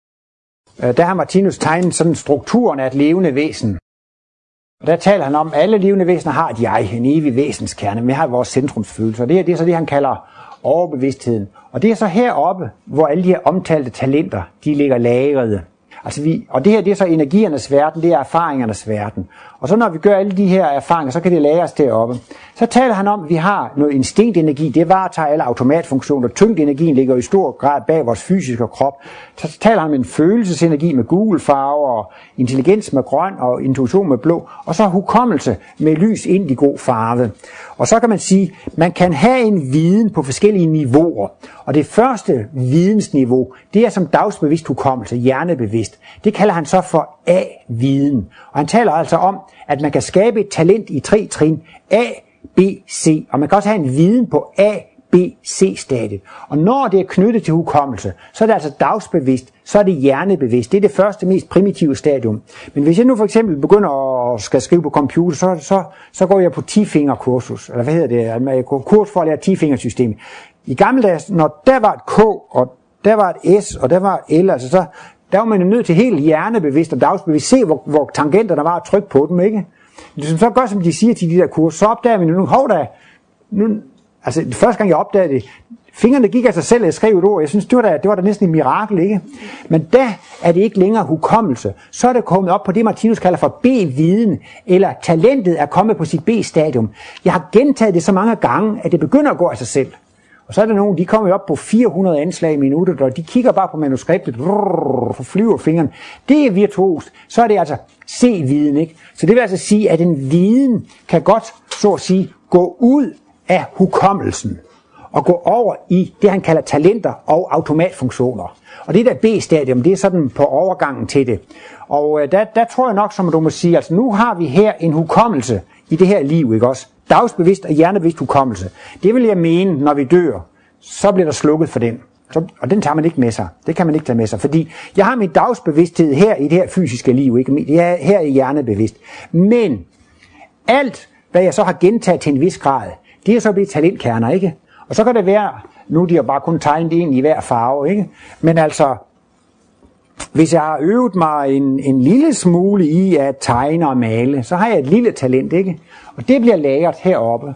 Der har Martinus tegnet sådan strukturen af et levende væsen. Og der taler han om, at alle levende væsener har et jeg, en evig væsenskerne, men vi har vores centrumsfølelse. Det er, det er så det, han kalder overbevidstheden. Og det er så heroppe, hvor alle de her omtalte talenter, de ligger lagrede. Altså vi, og det her, det er så energiernes verden, det er erfaringernes verden. Og så når vi gør alle de her erfaringer, så kan det lagres deroppe. Så taler han om, at vi har noget instinktenergi, det varetager alle automatfunktioner. Tyngdenergien ligger i stor grad bag vores fysiske krop. Så taler han om en følelsesenergi med gul farve, og intelligens med grøn, og intuition med blå, og så hukommelse med lys indigo farve. Og så kan man sige, man kan have en viden på forskellige niveauer. Og det første vidensniveau, det er som dagsbevidst hukommelse, hjernebevidst. Det kalder han så for A-viden. Og han taler altså om, at man kan skabe et talent i tre trin, A, B, C. Og man kan også have en viden på A, B, C-stadiet. Og når det er knyttet til hukommelse, så er det altså dagsbevidst, så er det hjernebevidst. Det er det første, mest primitive stadium. Men hvis jeg nu for eksempel begynder at skal skrive på computer, så, så, så går jeg på ti-finger-kursus. Eller hvad hedder det? Jeg går kurs for at lære ti-finger-systemet. I gamle dage, når der var et K, og der var et S, og der var et L, altså så Der var man jo nødt til helt hjernebevidst og dagsbevidst se, hvor, hvor tangenterne var, og trykke på dem, ikke? Hvis man så gør, som de siger til de der kurser, så opdager vi nu, hov da, nu, altså det første gang jeg opdagede det, fingrene gik af sig selv, og jeg skrev et ord. Jeg synes, det var da, det var da næsten et mirakel, ikke? Men da er det ikke længere hukommelse. Så er det kommet op på det, Martinus kalder for B-viden, eller talentet er kommet på sit B-stadium. Jeg har gentaget det så mange gange, at det begynder at gå af sig selv. Og så er der nogen, de kommer jo op på fire hundrede anslag i minuttet, og de kigger bare på manuskriptet, for flyver fingeren. Det er virtuost. Så er det altså C-viden, ikke? Så det vil altså sige, at en viden kan godt, så at sige, gå ud af hukommelsen og gå over i det, han kalder talenter og automatfunktioner. Og det der B-stadium, det er sådan på overgangen til det. Og øh, der, der tror jeg nok, som du må sige, altså nu har vi her en hukommelse i det her liv, ikke også? Dagsbevidst og hjernebevidst hukommelse. Det vil jeg mene, når vi dør, så bliver der slukket for den. Så, og den tager man ikke med sig. Det kan man ikke tage med sig, fordi jeg har min dagsbevidsthed her i det her fysiske liv, ikke? Det er her i hjernebevidst. Men alt, hvad jeg så har gentaget til en vis grad, det er så blevet talentkerner, ikke? Og så kan det være, nu er de jo bare kun tegnet en i hver farve, ikke? Men altså, hvis jeg har øvet mig en, en lille smule i at tegne og male, så har jeg et lille talent, ikke? Og det bliver lagret heroppe.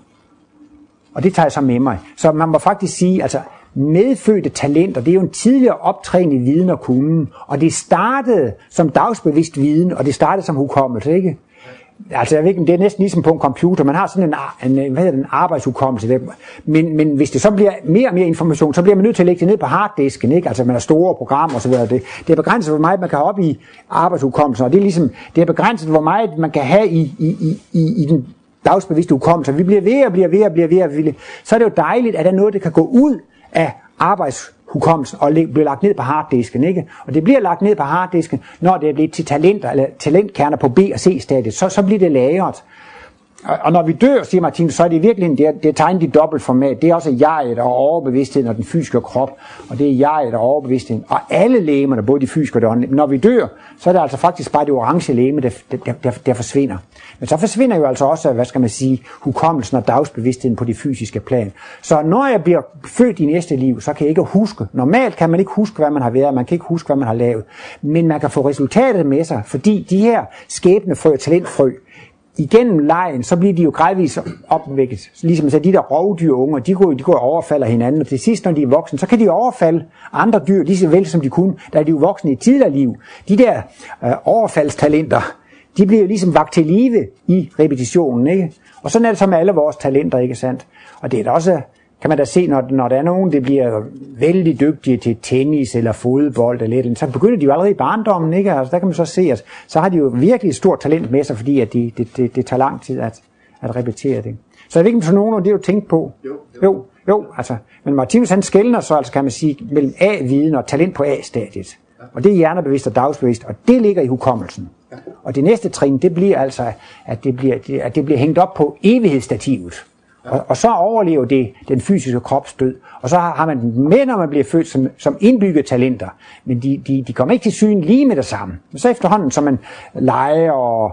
Og det tager jeg så med mig. Så man må faktisk sige, altså medfødte talenter, det er jo en tidligere optræning i viden og kunden. Og det startede som dagsbevidst viden, og det startede som hukommelse, ikke? Altså jeg ved ikke, det er næsten ligesom på en computer. Man har sådan en, en, hvad hedder det, en arbejdshukommelse. Men, men hvis det så bliver mere og mere information, så bliver man nødt til at lægge det ned på harddisken, ikke? Altså man har store programmer og så videre. Det, det er begrænset, hvor meget man kan have op i arbejdshukommelsen. Og det er ligesom, det er begrænset, hvor meget man kan have i, i, i, i, i den dagsbevidste hukommelse. Vi bliver ved og bliver ved og bliver ved og ved. Så er det jo dejligt, at der er noget, der kan gå ud af arbejdshukommelsen og bliver lagt ned på harddisken, ikke? Og det bliver lagt ned på harddisken, når det er blevet til talenter eller talentkerner på B og C-stadiet, så, så bliver det lagret. Og, og når vi dør, siger Martinus, så er det virkelig det er, det er tegnet i dobbeltformat. Det er også jeget og overbevidstheden og den fysiske krop, og det er jeget og overbevidstheden og alle legemerne, både de fysiske og det åndelige. Når vi dør, så er det altså faktisk bare det orange legeme, der, der, der, der forsvinder. Men så forsvinder jo altså også, hvad skal man sige, hukommelsen og dagsbevidstheden på det fysiske plan. Så når jeg bliver født i næste liv, så kan jeg ikke huske. Normalt kan man ikke huske, hvad man har været, man kan ikke huske, hvad man har lavet. Men man kan få resultatet med sig, fordi de her skæbnefrø, talentfrø, igennem lejen, så bliver de jo gradvist opvækket. Ligesom så de der rovdyr unger, de går, de går og overfalder hinanden, og til sidst, når de er voksne, så kan de overfalde andre dyr, lige så vel som de kunne, da de er voksne i et tidligere liv. De der øh, overfaldstalenter, de bliver jo ligesom vakt til live i repetitionen, ikke? Og sådan er det så med alle vores talenter, ikke sandt? Og det er da også, kan man da se, når, når der er nogen, der bliver vældig dygtige til tennis eller fodbold eller lidt, så begynder de jo allerede i barndommen, ikke? Altså der kan man så se, at så har de jo virkelig et stort talent med sig, fordi at de, det, det, det tager lang tid at, at repetere det. Så jeg ved ikke, om nogen af det, du tænkt på. Jo, jo. jo, jo altså. Men Martinus han skelner så, altså kan man sige, mellem A-viden og talent på A-stadiet. Og det er hjernebevidst og dagsbevidst, og det ligger i hukommelsen. Og det næste trin, det bliver altså, at det bliver, at det bliver hængt op på evighedsstativet. Og, og så overlever det den fysiske krops død. Og så har, har man den med, når man bliver født som, som indbygget talenter. Men de, de, de kommer ikke til syn lige med det samme. Men så efterhånden, som man leger og,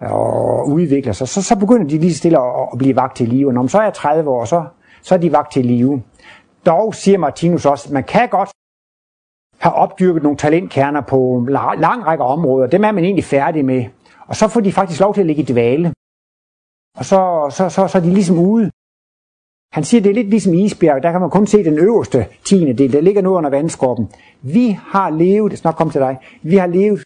og udvikler sig, så, så begynder de lige stille at, at blive vagt til live. Når man så er tredive år, så, så er de vagt til live. Dog siger Martinus også, at man kan godt have opdyrket nogle talentkerner på en lang række områder. Dem er man egentlig færdig med. Og så får de faktisk lov til at ligge i dvale. Og så, så, så, så er de ligesom ude. Han siger, det er lidt ligesom isbjerg. Der kan man kun se den øverste tiende del. Der ligger nu under vandskorpen. Vi har levet, det er snart kommet til dig, vi har levet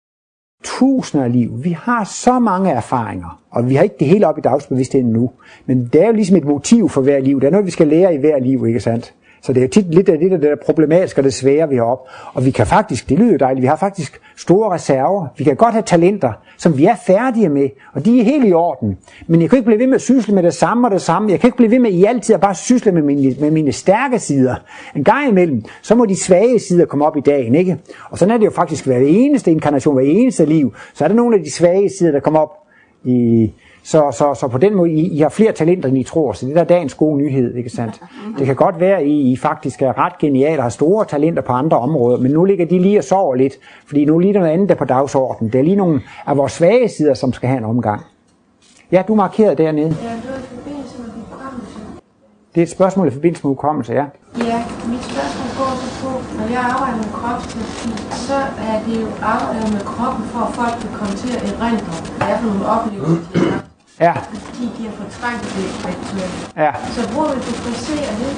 tusinder af liv. Vi har så mange erfaringer. Og vi har ikke det hele op i dagsbevidstheden nu. Men det er jo ligesom et motiv for hver liv. Det er noget, vi skal lære i hver liv, ikke sandt? Så det er jo tit lidt af det, der er problematisk og det svære, vi har op. Og vi kan faktisk, det lyder jo dejligt, vi har faktisk store reserver. Vi kan godt have talenter, som vi er færdige med, og de er helt i orden. Men jeg kan ikke blive ved med at sysle med det samme og det samme. Jeg kan ikke blive ved med i altid at bare sysle med mine, med mine stærke sider. En gang imellem, så må de svage sider komme op i dagen, ikke? Og sådan er det jo faktisk hver eneste inkarnation, hver eneste liv. Så er der nogle af de svage sider, der kommer op i... Så, så, så på den måde, I, I har flere talenter, end I tror, så det der er dagens gode nyhed, ikke sandt? Det kan godt være, at I, I faktisk er ret geniale og har store talenter på andre områder, men nu ligger de lige og sover lidt, fordi nu er lige noget andet der på dagsordenen. Det er lige nogle af vores svage sider, som skal have en omgang. Ja, du markerede dernede. Ja, det var i forbindelse med hukommelse. Det er et spørgsmål i forbindelse med hukommelse, ja. Ja, mit spørgsmål går så på, Når jeg arbejder med kropsterapi, så er det jo arbejdet med kroppen for, at folk kan komme til at erindre, hvad er for nogle oplevelser, de har haft. Ja. Fordi de har fortrængt det aktuelt. Ja. Så hvor vil du placere det?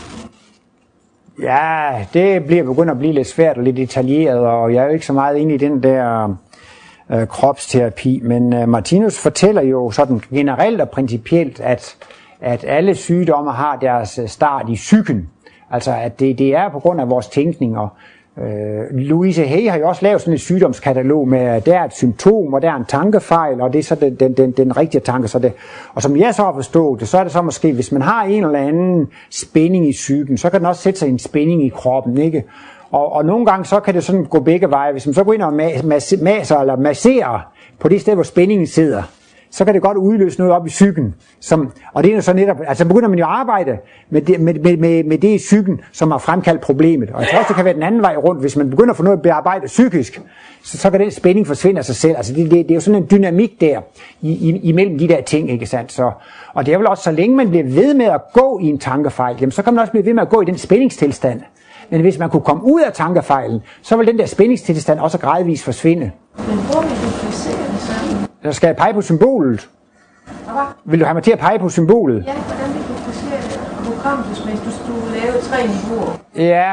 Ja, det bliver begyndt at blive lidt svært og lidt detaljeret, og jeg er jo ikke så meget inde i den der øh, kropsterapi, men øh, Martinus fortæller jo sådan generelt og principielt, at, at alle sygdomme har deres start i psyken. Altså at det, det er på grund af vores tænkning. Og, øh, Louise Hay har jo også lavet sådan et sygdomskatalog med, at der er et symptom, og der er en tankefejl, og det er så den, den, den, den rigtige tanke. Så det, og som jeg så har forstået det, så er det så måske, hvis man har en eller anden spænding i psyken, så kan den også sætte sig en spænding i kroppen, ikke? Og, og nogle gange så kan det sådan gå begge veje. Hvis man så går ind og mas- masser eller masserer på det sted, hvor spændingen sidder, så kan det godt udløse noget op i psyken. Som, og det er jo så netop, altså begynder man jo at arbejde med det, med, med, med, med det i psyken, som har fremkaldt problemet. Og jeg tror også, det kan være den anden vej rundt. Hvis man begynder at få noget at bearbejde psykisk, så, så kan den spænding forsvinde af sig selv. Altså det, det, det er jo sådan en dynamik der i, i, imellem de der ting, ikke sandt? Så, og det er vel også, så længe man bliver ved med at gå i en tankefejl, jamen, så kan man også blive ved med at gå i den spændingstilstand. Men hvis man kunne komme ud af tankefejlen, så vil den der spændingstilstand også gradvist forsvinde. Men hvor vil du placere det sådan? Så skal jeg pege på symbolet. Hvad? Vil du have mig til at pege på symbolet? Ja, hvordan vil du placere det? Hukommelsesmæssigt, du, du lavede tre niveauer. Ja.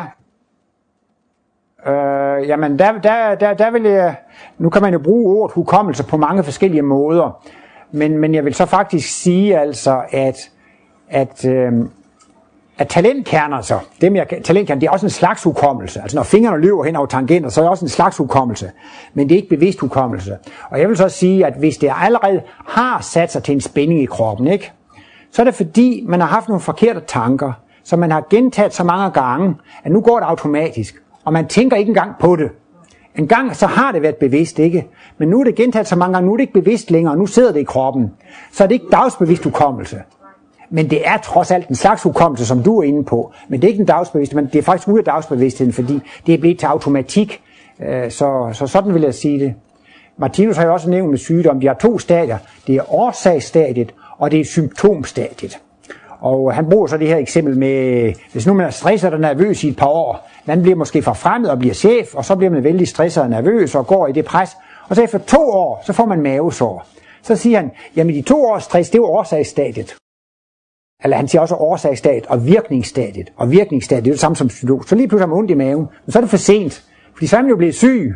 Øh, jamen, der, der, der, der vil jeg... Nu kan man jo bruge ordet hukommelse på mange forskellige måder. Men, men jeg vil så faktisk sige altså, at... at øh, at talentkerner, så, det med talentkerner, det er også en slags hukommelse. Altså når fingrene løber hen over tangenter, så er det også en slags hukommelse. Men det er ikke bevidst hukommelse. Og jeg vil så sige, at hvis det allerede har sat sig til en spænding i kroppen, ikke, så er det fordi, man har haft nogle forkerte tanker, som man har gentaget så mange gange, at nu går det automatisk. Og man tænker ikke engang på det. En gang så har det været bevidst, ikke? Men nu er det gentaget så mange gange, nu er det ikke bevidst længere, nu sidder det i kroppen. Så er det ikke dagsbevidst hukommelse. Men det er trods alt en slags hukommelse, som du er inde på. Men det er ikke en dagsbevidsthed, men det er faktisk ude af dagsbevidstheden, fordi det er blevet til automatik. Så, så sådan vil jeg sige det. Martinus har jo også nævnt med sygdom. De har to stadier. Det er årsagsstadiet, og det er symptomstadiet. Og han bruger så det her eksempel med, hvis nu man er stresset og nervøs i et par år, man bliver måske forfremmet og bliver chef, og så bliver man vældig stresset og nervøs og går i det pres. Og så efter to år, så får man mavesår. Så siger han, jamen de to års stress, det er jo årsagsstadiet. Eller han siger også årsagsstadiet og virkningsstadiet. Og virkningsstadiet, det er det samme som psykose. Så lige pludselig har man ondt i maven. Men så er det for sent. Fordi så er man jo blevet syg.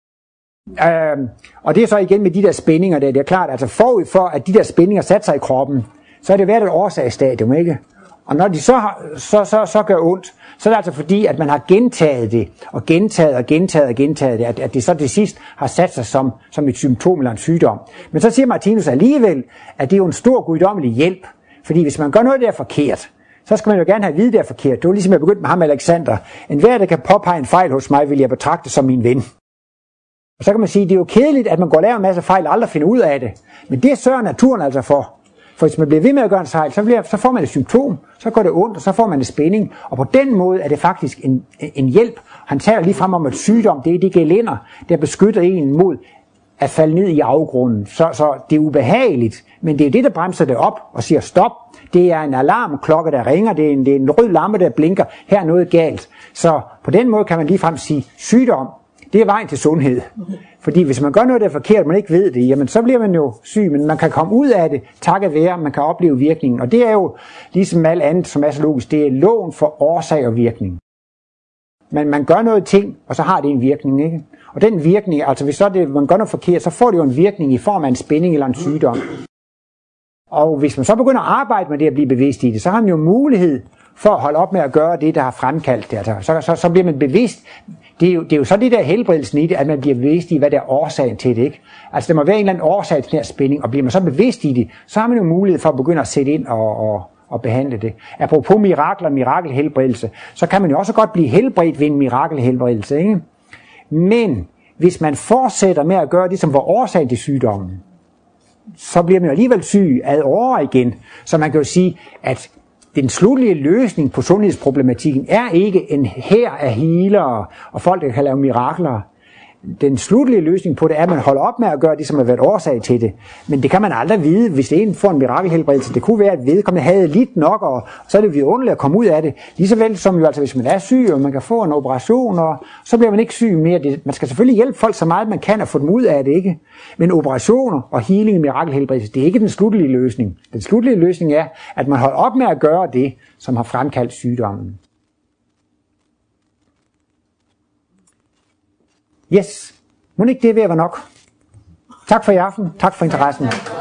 Øhm, og det er så igen med de der spændinger der. Det er klart, altså forud for, at de der spændinger satte sig i kroppen, så er det været et årsagsstadium, ikke? Og når de så, har, så, så, så gør ondt, så er det altså fordi, at man har gentaget det, og gentaget og gentaget og gentaget det, at, at det så til sidst har sat sig som, som et symptom eller en sygdom. Men så siger Martinus alligevel, at det er jo en stor guddommelig hjælp. Fordi hvis man gør noget, der er forkert, så skal man jo gerne have at vide, det er forkert. Det var ligesom jeg begyndte med ham, Alexander. En hver, der kan påpege en fejl hos mig, vil jeg betragte som min ven. Og så kan man sige, at det er jo kedeligt, at man går og laver en masse fejl og aldrig finder ud af det. Men det sørger naturen altså for. For hvis man bliver ved med at gøre en fejl, så, bliver, så får man et symptom, så går det ondt, og så får man en spænding. Og på den måde er det faktisk en, en hjælp. Han taler lige frem om, at sygdom, det er de gelænder, der beskytter en mod at falde ned i afgrunden. Så, så det er ubehageligt, men det er det, der bremser det op og siger stop. Det er en alarmklokke, der ringer, det er en, det er en rød lampe, der blinker. Her er noget galt. Så på den måde kan man ligefrem sige, sygdom, det er vejen til sundhed. Fordi hvis man gør noget, der er forkert, man ikke ved det, jamen så bliver man jo syg, men man kan komme ud af det, takket være, man kan opleve virkningen. Og det er jo ligesom alt andet, som er så logisk, det er loven for årsag og virkning. Men man gør noget ting, og så har det en virkning, ikke? Og den virkning, altså hvis så det, man gør noget forkert, så får det jo en virkning i form af en spænding eller en sygdom. Og hvis man så begynder at arbejde med det at blive bevidst i det, så har man jo mulighed for at holde op med at gøre det, der har fremkaldt det. Altså, så, så, så bliver man bevidst. Det er, jo, det er jo så det der helbredelsen i det, at man bliver bevidst i, hvad der er årsagen til det, ikke? Altså der må være en eller anden årsag til den her spænding, og bliver man så bevidst i det, så har man jo mulighed for at begynde at sætte ind og, og, og behandle det. Apropos mirakler, mirakelhelbredelse, så kan man jo også godt blive helbredt ved en mirakelhelbredelse, ikke? Men hvis man fortsætter med at gøre det, som var årsag til sygdommen, så bliver man jo alligevel syg ad åre igen. Så man kan jo sige, at den slutlige løsning på sundhedsproblematikken er ikke en hær af healere og folk, der kan lave mirakler. den slutlige løsning på det er, at man holder op med at gøre det, som har været årsag til det. Men det kan man aldrig vide, hvis det en får en mirakelhelbredelse. Det kunne være, at vedkommende havde lidt nok, og så er det vidunderligt at komme ud af det. Ligesåvel som jo altså, hvis man er syg, og man kan få en operation, og så bliver man ikke syg mere. Man skal selvfølgelig hjælpe folk så meget, man kan at få dem ud af det, ikke? Men operationer og healing, mirakelhelbredelse, det er ikke den slutlige løsning. Den slutlige løsning er, at man holder op med at gøre det, som har fremkaldt sygdommen. Yes. Må ikke det være nok? Tak for i aften. Tak for interessen.